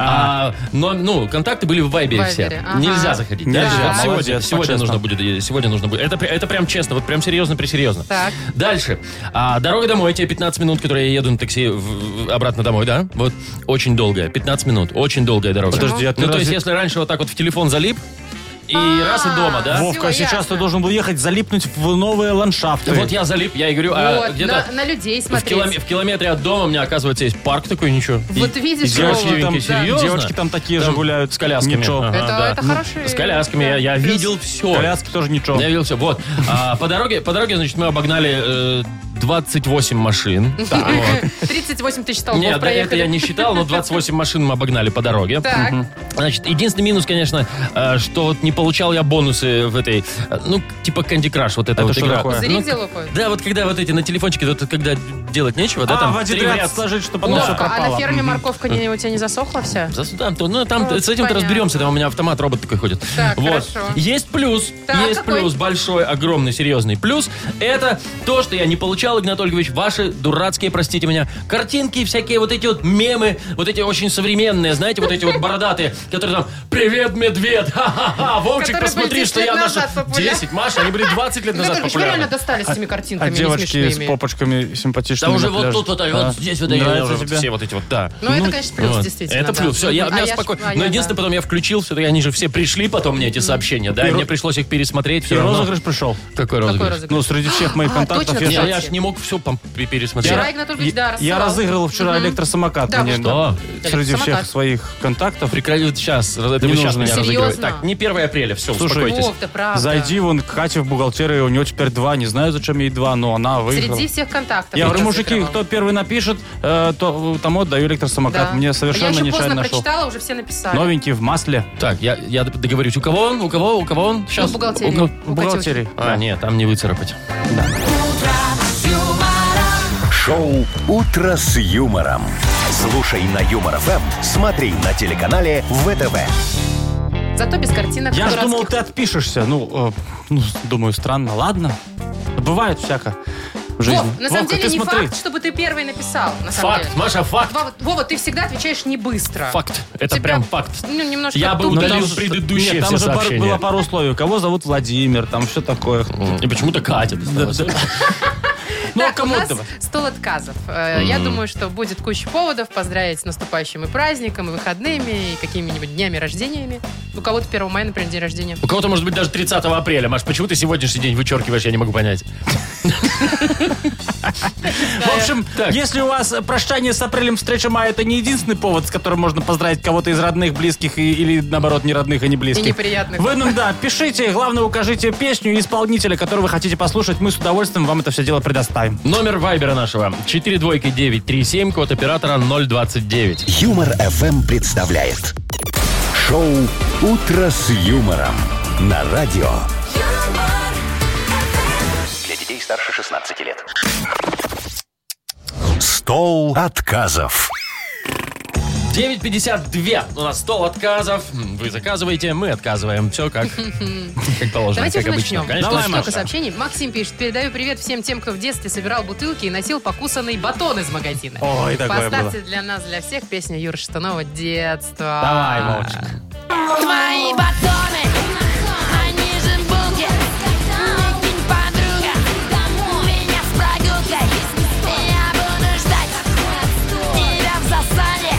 а, но ну, контакты были в Вайбере В все. Вайбере, ага. Нельзя заходить. Нельзя, Дальше. молодец, Сегодня, сегодня по-честному. нужно будет. Сегодня нужно будет. Это, это прям честно, вот прям серьезно, присерьезно. Так. Дальше. А, дорога домой, те пятнадцать минут, которые я еду на такси в- в- обратно домой, да? Вот очень долгая. пятнадцать минут. Очень долгая дорога. Подожди, а ты ну, то разве- есть, если раньше вот так вот в телефон залип, и А, раз и дома, да? Всё, Вовка, сейчас ясно. ты должен был ехать залипнуть в новые ландшафты. Вот я залип, я и говорю, а Вот, где-то на, на людей в, смотреть. киломе- в километре от дома у меня, оказывается, есть парк такой, ничего. Вот видишь, И девочки Вова, там, Девчонки, серьезно? девочки там такие Там же гуляют. с колясками. Ничего. Ага, Это, да. это хороший... С колясками я, я плюс. видел все. Коляски тоже ничего. Я видел все. Вот. А, по дороге, по дороге, значит, мы обогнали э, двадцать восемь машин. Вот. тридцать восемь тысяч столбов Нет, да, проехали. это я не считал, но двадцать восемь машин мы обогнали по дороге. Так. Значит, единственный минус, конечно, э, что вот не получал я бонусы в этой, э, ну, типа Candy Crush, вот эта Это вот что игра. такое? Пузыри Ну, где лопают? да, вот когда вот эти на телефончике, вот когда делать нечего, да, А, там в один три ряд ряд сложить, чтобы потом Вовка, все а пропало. на ферме Мгм. морковка не, у тебя не засохла вся? За судам, то, ну, там Ну, с этим-то понятно. разберемся, там у меня автомат, робот такой ходит. Так, вот. хорошо. Есть плюс, Так, есть какой? плюс, большой, огромный, серьезный плюс. Это то, что я не получал, Игнат Ольгович, ваши дурацкие, простите меня, картинки, всякие вот эти вот мемы, вот эти очень современные, знаете, вот эти вот бородатые, которые там «Привет, медведь! Ха-ха-ха! Вовчик, Которые были посмотри, десять что лет я наша...» назад популярны. десять, Маша, они были двадцать лет Игнат назад Ольгович, вы реально популярны. достали с этими А картинками девочки несмешными. с попочками симпатичными. Да уже на вот пляже. тут, вот, А? вот здесь вот, я Нравится уже тебе? все вот эти вот, да. Ну, это, конечно, плюс, Вот. действительно, Это да. плюс. Все, я, А у меня я ж- спокойно. а Но я, единственное, да. потом я включил, все-таки они же все пришли потом мне, эти сообщения, да, и И мне ро- пришлось их пересмотреть. И Все равно. розыгрыш пришел. Какой Какой розыгрыш? розыгрыш? Ну, среди всех моих А, контактов точно, я Не, кстати. я ж не мог все пересмотреть. Вчера Игнат Ольгович, да, Я рассылал. разыграл вчера электросамокат. Да, мне, вы что? Среди Электросамокат. всех своих контактов. Прекрати, вот сейчас, это Не вы сейчас нужно. меня Серьезно? разыгрываете. Так, не первое апреля, все, Слушай, успокойтесь. Вов, да правда. Зайди вон к Кате в бухгалтерию, у нее теперь два. Не знаю, зачем ей два, но она выиграла. Среди всех контактов. Я говорю, сейчас мужики, закрывал. кто первый напишет, э, то тому отдаю электросамокат. Да. Мне совершенно Я еще нечаянно поздно нашел. прочитала, уже все написали. Новенький в масле. Так, я, я договорюсь. У кого он? У кого? У кого он? Сейчас. в бухгалтерии. У кого- У В бухгалтерии. А, нет, там не выцарапать. Шоу «Утро с юмором». Слушай на Юмор ФМ, смотри на телеканале ВТВ. Зато без картинок Я ж дурацких. думал, ты отпишешься. Ну, э, ну, думаю, странно. Ладно. Бывает всяко в жизни. Вов, на самом Вовка, деле ты не смотри. факт, чтобы ты первый написал. На самом Факт, деле. Маша, факт. Вова, Вова, ты всегда отвечаешь не быстро. Факт. Это Тебя, прям факт. Ну, немножко Я бы тупо. удалил там же- предыдущие Нет, там все же бар- сообщения. было пару условий. Кого зовут Владимир, там все такое. И почему-то Катя досталась. Ну, а У кому нас этого? стол отказов. Э, Я думаю, что будет куча поводов поздравить с наступающим и праздником, и выходными, и какими-нибудь днями рождениями. У кого-то первого мая, например, день рождения. У кого-то, может быть, даже тридцатого апреля. Маш, почему ты сегодняшний день вычеркиваешь, я не могу понять. В общем, Так. если у вас прощание с апрелем, встреча мая, это не единственный повод, с которым можно поздравить кого-то из родных, близких и- или, наоборот, не родных и не близких. И неприятных. Вы нам, да, пишите, главное, укажите песню и исполнителя, которого вы хотите послушать. Мы с удовольствием вам это все дело предоставим. Номер вайбера нашего четыре двойки девять три семь, код оператора ноль двадцать девять. Юмор эф эм представляет шоу «Утро с юмором» на радио. Для детей старше шестнадцати лет. Стол отказов. девять пятьдесят два. У нас стол отказов. Вы заказываете, мы отказываем. Все как, как положено, Давайте как уже обычно. начнем. Конечно, Давай, Тут Маша. столько сообщений. Максим пишет: передаю привет всем тем, кто в детстве собирал бутылки и носил покусанный батон из магазина. Ой, такое Поставьте было. для нас, для всех песню Юры Шатунова «Детство». Давай, Вовчик. Твои батоны, они же булки. Выкинь, подруга, меня с прогулкой. Я буду ждать тебя в засаде.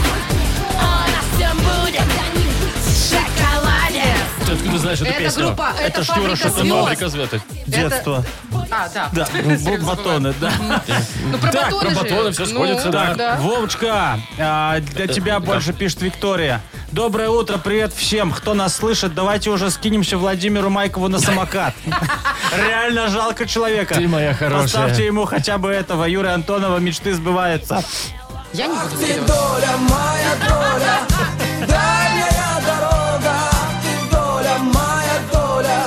У нас все будет в шоколаде. Ты откуда знаешь эту Это песню? группа, это ж Юра «Фабрика Шатунов, звезд». «Фабрика звезд». Это- Детство. А, да. Да, Серьезно, б- батоны, да. Ну, про Так, батоны про же. батоны всё Ну, сходится, да. да. Вовочка, а, для тебя больше пишет Виктория. Доброе утро, привет всем. Кто нас слышит, давайте уже скинемся Владимиру Майкову на самокат. Реально жалко человека. Ты моя хорошая. Поставьте ему хотя бы этого. Юрия Антонова мечты сбываются. Я не буду скидывать. Доля, моя доля, дальняя дорога, ты доля, моя доля,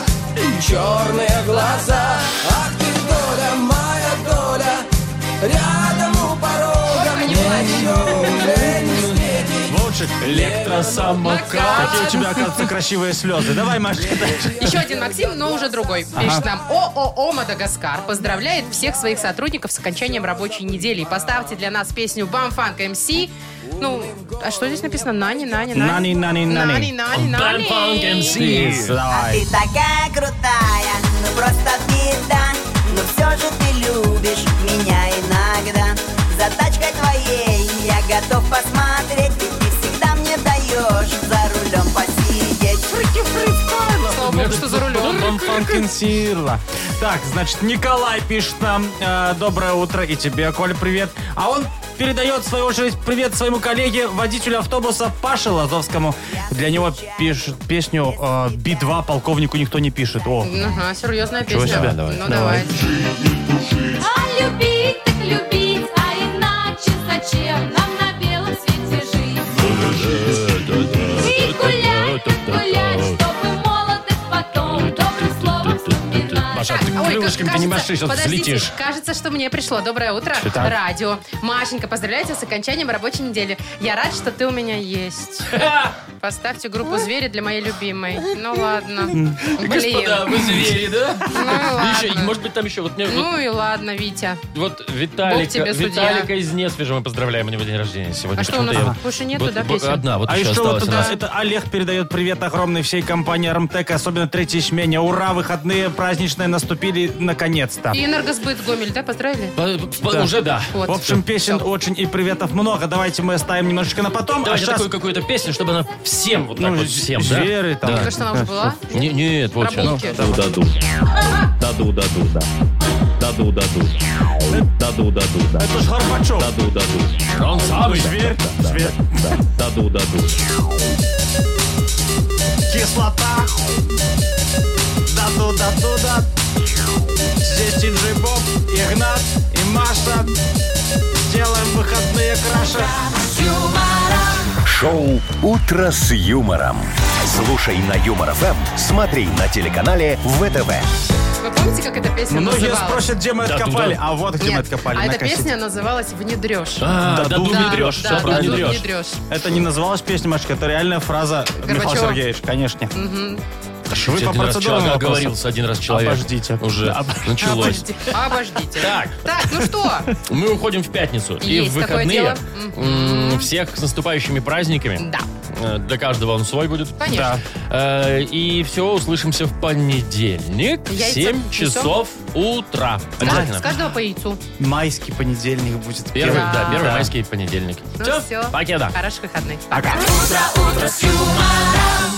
черные глаза. Ах ты, доля, моя доля, рядом у порога, мне еще уже не встретить. Вовчик, Электросамокат. какие у тебя, оказывается, красивые слезы. Давай, Машечка, дальше. Еще один Максим, но уже другой. Пишет нам: ООО «Мадагаскар» поздравляет всех своих сотрудников с окончанием рабочей недели. И поставьте для нас песню «Бамфанк эм си». Ну, а что здесь написано? Нани, Нани, Нани, Нани. нани, нани. Нани, Нани, Нани. Бамфанк эм си. Yes, давай. Ты такая крутая, ну просто беда. Но все же ты любишь меня иногда. За тачкой твоей я готов посмотреть. Ведь ты всегда мне даешь за рулем посидеть. Слава богу, что за рулем. Бамфанкин Сирла. Так, значит, Николай пишет нам: э, доброе утро, и тебе, Коля, привет. А он передает, в свою очередь, привет своему коллеге, водителю автобуса Паше Лазовскому. Для него пишет песню э, Би два «Полковнику никто не пишет». О, Ага, серьезная Чего песня. себе? Давай, Ну, давай. давайте. А любить так любить, а иначе зачем нам на белом свете жить? И гулять, гулять, чтобы молодых потом добрым словом вспоминать. Маша, ты Ой, крылышками-то не кажется- маши, сейчас подождите, взлетишь. Кажется, что мне пришло. Доброе утро. Что так? Радио. Машенька, поздравляю тебя с окончанием рабочей недели. Я рад, что ты у меня есть. Поставьте группу «Звери» для моей любимой. Ну ладно. Господа, Блин. вы звери, да? Ну и Еще, ладно. может быть, там еще вот мне... вот- Ну и ладно, Витя. Вот Бог Виталика, тебе судья. Виталика из Несвежа мы поздравляем, у него день рождения сегодня. А что у нас Почему-то я- больше нету, Вот- да, вот песен? Одна, вот а еще еще вот осталась у это, нас. это Олег передает привет огромный всей компании «Ромтек», особенно третьей смене. Ура, выходные праздничные наступили наконец-то. И «Энергосбыт» Гомель, да, поздравили? По- по- Да. Уже да. Вот. В общем, песен Всё. очень и приветов много. Давайте мы оставим немножечко на потом. Давайте а сейчас... такую какую-то песню, чтобы она всем, вот так Ну, вот всем, да? звери там. Да. Потому что она уже была. Не- Нет, вот Про сейчас. булки. Даду, даду, даду, да. Даду, даду. Даду, даду, да. Это ж Горбачев. Даду, даду. Он самый. Зверь, зверь. Да. Даду, даду. Кислота. Да-ду-да-ду-да. Здесь Тинджи Боб, Игнат и Маша. Сделаем выходные краше. Шоу «Утро с юмором». Слушай на Юмор эф эм, смотри на телеканале вэ тэ вэ. Вы помните, как эта песня Многие называлась? спросят, где мы Да, откопали. туда. А вот где мы Нет, откопали. а на эта кассете. песня называлась «Внедрешь». А, Да, даду да, внедрешь. Да, Все да, правильно «Даду внедрешь. внедрешь». Это не называлась песня, Машка, это реальная фраза Михаила Горбачева. Сергеевича, конечно. Вы Один по раз процедурному человек вопросу. оговорился, один раз человек. Обождите. Уже Да, началось. Обожди- Обождите. Так. Так, ну что? Мы уходим в пятницу. И Есть в такое выходные дело. м, всех с наступающими праздниками. Да. Э, Для каждого он свой будет. Конечно. Э, И все, услышимся в понедельник в Яйца семь несем? часов утра. Да, Обязательно. с каждого по яйцу. Майский понедельник будет. Первый, Да. да, первый Да. майский понедельник. Ну все, все. покеда. Хороших выходных. Пока. Утро, утро с юмором.